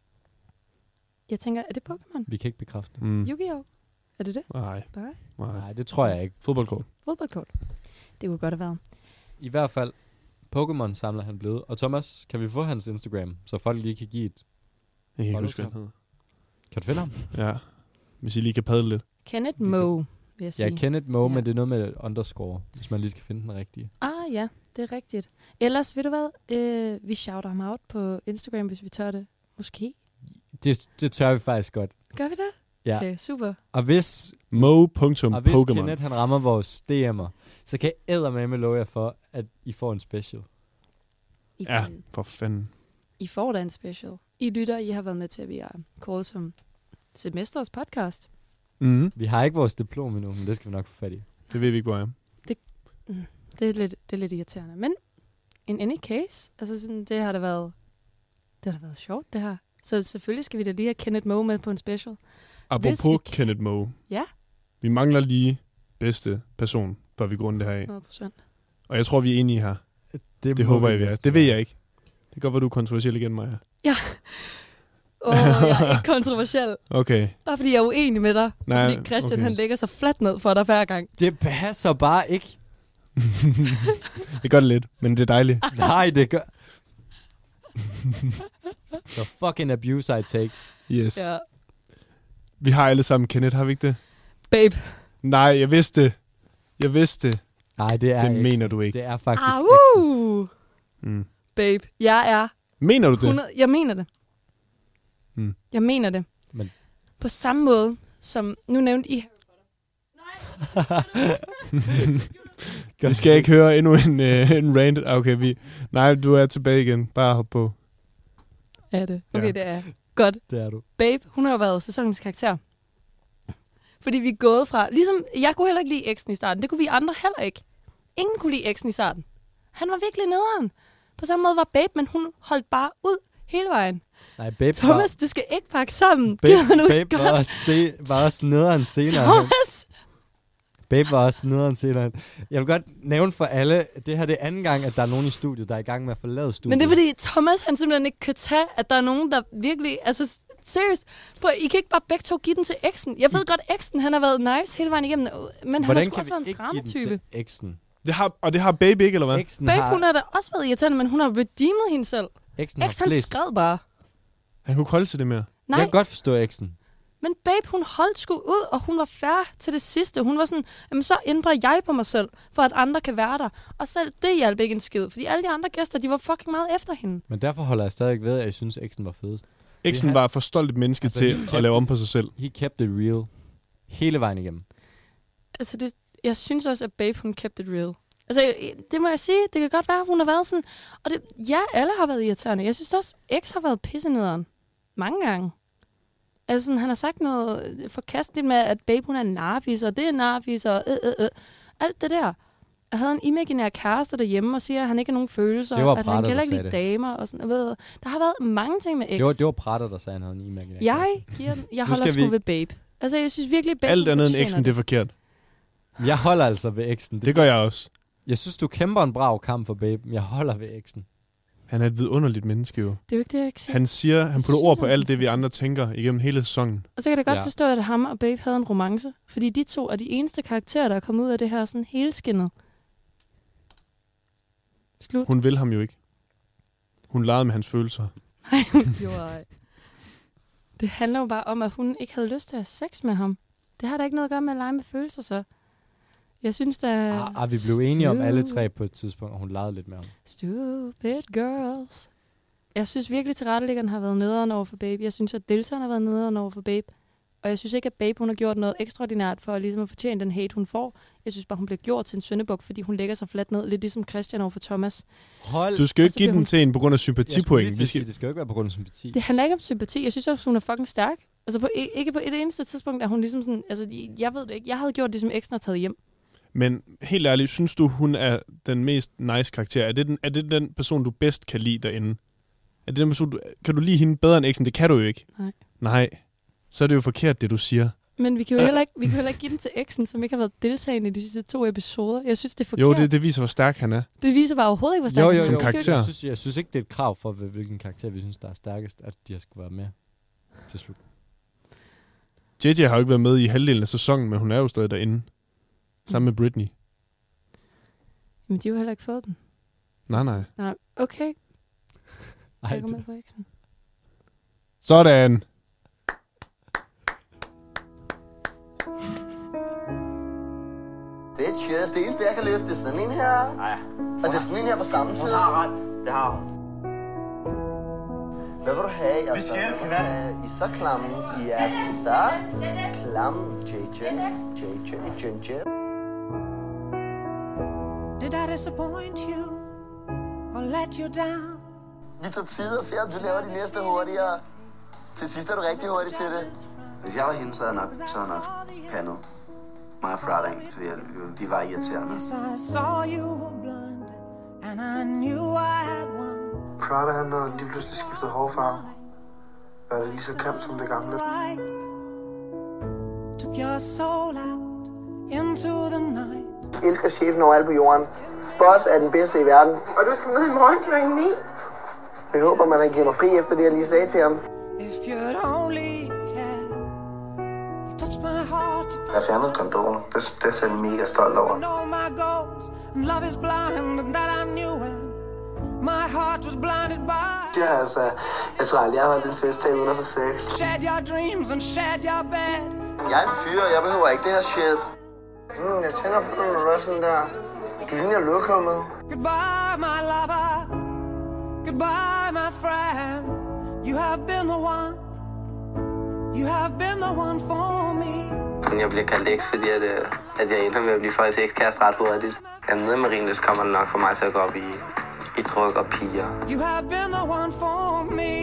Jeg tænker, er det Pokémon? Vi kan ikke bekræfte. Mm. Yu-Gi-Oh? Er det det? Nej, Nej. nej. Nej, det tror jeg ikke. Fodboldkort. Fodboldkort. Det kunne godt have været. I hvert fald, Pokémon samler han blevet. Og Thomas, kan vi få hans Instagram, så folk lige kan give et... Jeg kan ikke Follow huske, hvad han ham. hedder. Kan du finde ham? Ja. Hvis I lige kan padle lidt. Kenneth Vi kan- Moe, vil jeg sige. Ja, Kenneth Moe, Ja. men det er noget med et underscore, hvis man lige skal finde den rigtige. Ah ja, det er rigtigt. Ellers, ved du hvad? Øh, vi shouter ham out på Instagram, hvis vi tør det. Måske. Det, det tør vi faktisk godt. Gør vi det? Ja. Okay, super. Og hvis, mo punktum og hvis Pokémon. Kenneth han rammer vores D M'er, så kan jeg eddermame love jer for, at I får en special. I, Ja, får, for fanden. I får da en special. I lytter, I har været med til, at vi er kåret som semesters podcast. Mm. Vi har ikke vores diplom endnu, men det skal vi nok få fat i. Det ved vi ikke, hvor jeg er. Det er lidt, det er lidt irriterende. Men in any case, altså sådan, det har da været, det har da været sjovt, det her. Så selvfølgelig skal vi da lige have Kenneth Moe med på en special. Apropos vi kan- Kenneth Moe. Ja. Vi mangler lige bedste person, før vi går rundt det her af. hundrede procent. Og jeg tror, vi er enige her. Det må håber jeg, vi er. næsten Det ved være. jeg ikke. Det kan godt være, du er kontroversiel igen, Maja. Åh, oh, jeg er ikke kontroversiel. Okay. Bare fordi jeg er uenig med dig. Nej, fordi Christian, okay. han lægger sig fladt ned for dig hver gang. Det passer bare ikke. Det gør det lidt, men det er dejligt. Nej, det gør... The fucking abuse I take. Yes. Ja. Vi har alle sammen Kenneth, har vi ikke det? Babe. Nej, jeg vidste det. Jeg vidste det. Nej, det er Det ikke. mener du ikke. Det er faktisk Ah, eksen. uh. Mm. Babe, jeg er Mener du det? hundrede Jeg mener det. Hmm. Jeg mener det. Men- På samme måde, som nu nævnte I... Vi skal ikke høre endnu en, uh, en rant. Ah, okay, vi... Nej, du er tilbage igen. Bare hop på. Er det? Okay, Ja. det er godt. Det er du. Babe, hun har jo været sæsonens karakter. Fordi vi er gået fra... Ligesom, jeg kunne heller ikke lide eksen i starten. Det kunne vi andre heller ikke. Ingen kunne lide eksen i starten. Han var virkelig nederen. På samme måde var Babe, men hun holdt bare ud hele vejen. Nej, Babe Thomas, du skal ikke pakke sammen. Babe, Gider nu Babe godt. var, også se, var også nederen senere. Thomas! Babe var også nederen senere. Jeg vil godt nævne for alle, det her det er anden gang, at der er nogen i studiet, der er i gang med at forlade studiet. Men det er fordi, Thomas han simpelthen ikke kan tage, at der er nogen, der virkelig... Altså, seriøst. Prøv, I kan ikke bare begge to give den til eksen. Jeg ved godt, eksen han har været nice hele vejen igennem, men han har sgu også været en dramatype. Eksen? Det har, og det har Babe ikke, eller hvad? Eksen Babe, har, hun har da også været irriterende, men hun har redeemet hende selv. eksen Eks, har han flest. skred bare. Han kunne ikke holde til det mere. Nej, Jeg kan godt forstå eksen. men Babe, hun holdt sgu ud, og hun var fair til det sidste. Hun var sådan, jamen så ændrer jeg på mig selv, for at andre kan være der. Og selv det hjalp ikke en skid, fordi alle de andre gæster, de var fucking meget efter hende. Men derfor holder jeg stadig ved, at jeg synes, at eksen var fedest. Eksen Det var for stolt et menneske Altså, til he at kept lave it- om på sig selv. He kept it real. Hele vejen igennem. Altså, det, jeg synes også, at Babe, hun kept it real. Altså, det må jeg sige. Det kan godt være, at hun har været sådan... Og det, ja, alle har været irriterende. Jeg synes også, X har været pissenederen. Mange gange. Altså, sådan, han har sagt noget forkasteligt med, at Babe, hun er en narfis, og det er en narfis, og øh, øh, øh. Alt det der. Jeg havde en imaginær kæreste derhjemme, og siger, at han ikke har nogen følelser, Det var at Prater, han kan der heller ikke sagde lide damer. Og sådan, jeg ved, der har været mange ting med X. Det var, det var Prater, der sagde, at han havde en imaginær jeg, giver, den- jeg Nu holder skal sgu vi- ved Babe. Altså, jeg synes virkelig, Babe Alt andet end fortjener eksen, det er forkert. kæreste. Jeg holder altså ved eksen. Det gør jeg også. Jeg synes, du kæmper en brav kamp for Babe, men jeg holder ved eksen. Han er et vidunderligt menneske jo. Det er jo ikke det, jeg ikke siger. Han siger, han putter synes, ord på han er alt det, vi fantastisk. andre tænker igennem hele sæsonen. Og så kan jeg da godt Ja. ja. forstå, at ham og Babe havde en romance. Fordi de to er de eneste karakterer, der er kommet ud af det her sådan helskindet. Slut. Hun vil ham jo ikke. Hun legede med hans følelser. Nej, hun gjorde ej. Det handler jo bare om, at hun ikke havde lyst til at have sex med ham. Det har da ikke noget at gøre med at lege med følelser, så. Jeg synes, der Ah, ah, vi blev enige om alle tre på et tidspunkt, og hun legede lidt med ham. Stupid girls. Jeg synes virkelig, tilrettelæggeren har været nederen over for Babe. Jeg synes, at deltageren har været nederen over for Babe. Og jeg synes ikke, at Babe hun har gjort noget ekstraordinært for at, ligesom at fortjene den hate, hun får. Jeg synes bare, hun bliver gjort til en syndebuk, fordi hun lægger sig fladt ned, lidt ligesom Christian over for Thomas. Hold. Du skal jo Og ikke så give bliver den hun- til en på grund af Jeg skulle lige sympatipoint. til Vi at sige, skal... det skal jo ikke være på grund af sympati. Det handler ikke om sympati. Jeg synes også, hun er fucking stærk. Altså på, ikke på et eneste tidspunkt, er hun ligesom sådan... Altså, jeg ved det ikke. Jeg havde gjort det, som ekstra taget hjem. Men helt ærligt, synes du, hun er den mest nice karakter? Er det den, er det den person, du bedst kan lide derinde? Er det den person, du, kan du lide hende bedre end eksen? Det kan du jo ikke. Nej. Nej. Så er det jo forkert, det du siger. Men vi kan jo heller ikke, vi kan jo heller ikke give den til eksen, som ikke har været deltagende i de sidste to episoder. Jeg synes, det er forkert. Jo, det, det viser, hvor stærk han er. det viser bare overhovedet ikke, hvor stærk Jo, han jo, er. Som jo. karakter. Jeg synes, jeg synes ikke, det er et krav for, hvilken karakter vi synes, der er stærkest, at de har skulle være med til slut. J J har jo ikke været med i halvdelen af sæsonen, men hun er jo stadig derinde. Sammen med Britney. Men de har jo heller ikke fået den. Nej, nej. Nej, okay. Ej, Jeg går det, med på eksen. Sådan. Bitches, det eneste, jeg kan løfte, er sådan en her. Nej. Og det er sådan en her på samme tid. Hun har ret. Det har hun. Hvad vil du have? Vi skal hjælpe hinanden. I er så klamme. I er så klamme. J J. J J. J J. Did I disappoint you or let you down? Vi tager tid og ser, om du laver de næste hurtigere. Til sidst er du rigtig hurtig til det. Hvis jeg var hende, så havde jeg nok, så havde jeg nok pandet mig og Friday, så vi, vi var irriterende. Yes, I saw you were blind, and I knew I had won. Friday, han havde lige pludselig skiftet hårfarve. Var det lige så grimt som det gamle? Right. Took your soul out into the night. Jeg elsker chefen overalt på jorden. Boss er den bedste i verden. Og du skal med i morgen klokken ni. Jeg håber, man har givet mig fri efter det, jeg lige sagde til ham. If you'd only care, you touched my heart, you Jeg fjernede kondomen. Det, det er jeg mega stolt over. touched all my goals, and love is blind, and that I knew it. My heart was blinded by. Ja, altså, jeg tror aldrig, jeg har holdt en festdag uden at få sex. Shed your dreams and shed your bed. Jeg er en fyr, jeg behøver ikke det her shit. Mm, jeg tænder på den, når du er sådan der. Du ligner lokummet. Goodbye, my lover. Goodbye, my friend. You have been the one. You have been the one for me. Jeg bliver kaldt eks, fordi at, øh, at jeg ender med at blive folks ekskæreste ret hurtigt. Jamen, nede i Marienlyst kommer det nok for mig til at gå op i, i druk og piger. You have been the one for me.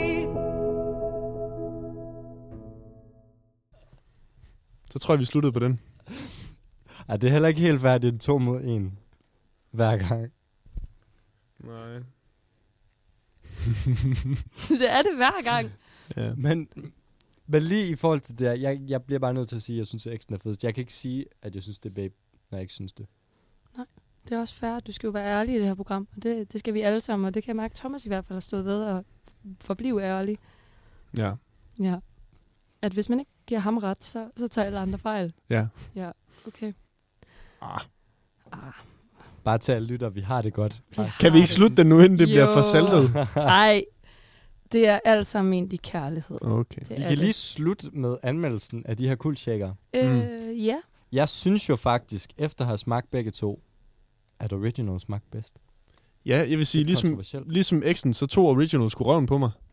Så tror jeg, vi sluttede på den. Ej, det er heller ikke helt værd, det er to mod en hver gang. Nej. Det er det hver gang. Ja. Men, men lige i forhold til det her, jeg, jeg bliver bare nødt til at sige, at jeg synes, at X'en er fedest. Jeg kan ikke sige, at jeg synes, det er Babe, når jeg ikke synes det. Det er også fair. Du skal jo være ærlig i det her program. Og det, det skal vi alle sammen, og det kan jeg mærke, Thomas i hvert fald har stået ved og forblive ærlig. Ja. Ja. At hvis man ikke giver ham ret, så, så tager alle andre fejl. Ja. Ja, okay. Ah. Ah. Bare til alle lytter, vi har det godt. Vi Bare har Kan vi ikke det. slutte den nu, inden det Jo. bliver for saltet? Nej, det er alt sammen ment i kærlighed. Okay. Det Vi er kan det. lige slutte med anmeldelsen af de her kuldshaker. Øh, ja. Jeg synes jo faktisk, efter at have smagt begge to, at Original smagte bedst. Ja, jeg vil sige, Lidt ligesom, kontroversielt. ligesom X'en, så tog Original sgu røven på mig.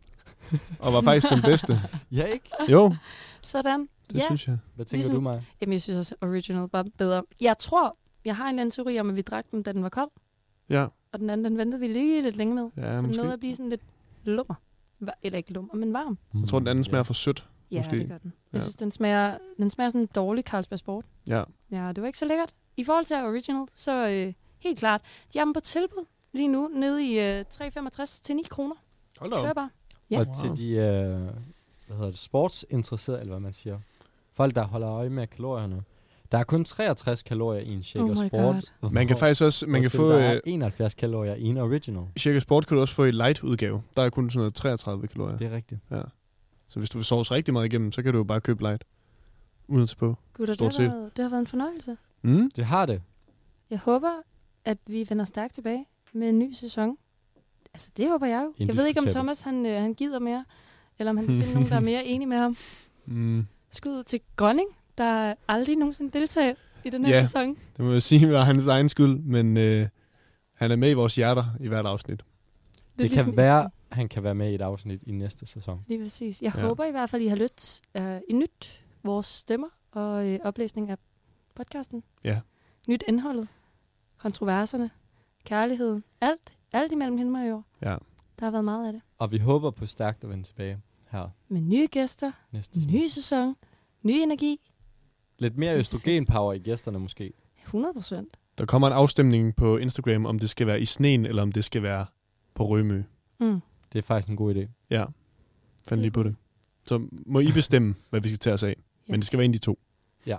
Og var faktisk den bedste. Ja, ikke? Jo, Sådan. det ja. synes jeg. Hvad tænker Ligesom- du, Maja? Jamen, jeg synes også, Original var bedre. Jeg tror, jeg har en eller anden teori om, at vi drak den, da den var kold. Ja, Og den anden, den ventede vi lige lidt længe med. Ja, så den måske. nåede at blive sådan lidt lummer. Va- Eller ikke lummer, men varm. jeg tror, den anden smager for sødt. Ja, Måske. det gør den. Jeg Ja. synes, den smager, den smager sådan en dårlig Carlsberg Sport. Ja. Ja, det var ikke så lækkert. I forhold til Original, så øh, helt klart. De har dem på tilbud lige nu, nede i øh, tre femogtres til ni kroner. Hold Kør bare. Ja. Og til de øh, hvad hedder det, sportsinteresserede, eller hvad man siger. Folk, der holder øje med kalorierne. Der er kun treogtres kalorier i en Shaker Oh my Sport. God. Man kan faktisk også, man kan Hvorfor få, der er øh, enoghalvfjerds kalorier i en Original. Shaker Sport kan du også få i light udgave. Der er kun sådan noget treogtredive kalorier. Det er rigtigt. Ja. Så hvis du vil sovs rigtig meget igennem, så kan du jo bare købe light. Uden at tage på. Gutter, Stort det, har set. været, det har været en fornøjelse. Mm? Det har det. Jeg håber, at vi vender stærkt tilbage med en ny sæson. Altså, det håber jeg jo. Jeg ved ikke, om Indiskutabelt. Thomas han, øh, han gider mere, eller om han kan finde nogen, der er mere enige med ham. Mm. Skud til Grønning, der aldrig nogensinde deltager i den her Ja. sæson. Det må jeg sige var hans egen skyld, men øh, han er med i vores hjerter i hvert afsnit. Det, er det ligesom kan være, Ibsen. han kan være med i et afsnit i næste sæson. Lige præcis. Jeg Ja. ja. håber i hvert fald, I har lyttet uh, i nyt vores stemmer og uh, oplæsning af podcasten. Ja. Nyt indholdet, kontroverserne, kærligheden, alt, alt imellem himmel og jord. Ja. Der har været meget af det. Og vi håber på stærkt at vende tilbage her Med nye gæster, næste ny sæson, ny energi, Lidt mere østrogenpower i gæsterne måske. hundrede procent. Der kommer en afstemning på Instagram, om det skal være i sneen, eller om det skal være på Rømø. Mm. Det er faktisk en god idé. Ja, fandt lige på det. Så må I bestemme, hvad vi skal tage os af. Ja. Men det skal være en af de to.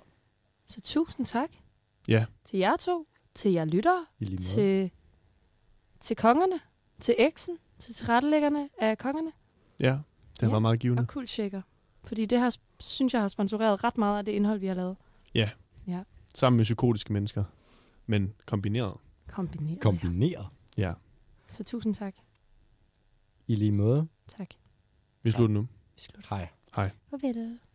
Så tusind tak Ja. til jer to, til jer lyttere, I lige måde. til, til kongerne, til eksen, til tilrettelæggerne af kongerne Ja, det har Ja, været meget givende. og Kuldshaker. Fordi det har, synes jeg har sponsoreret ret meget af det indhold, vi har lavet. Ja. Ja. Sammen med psykotiske mennesker. Men kombineret. Kombineret. Kombinere. Ja. Så tusind tak. I lige måde. Tak. Vi slutter nu. Vi slutter. Hej. Hej. Farvel.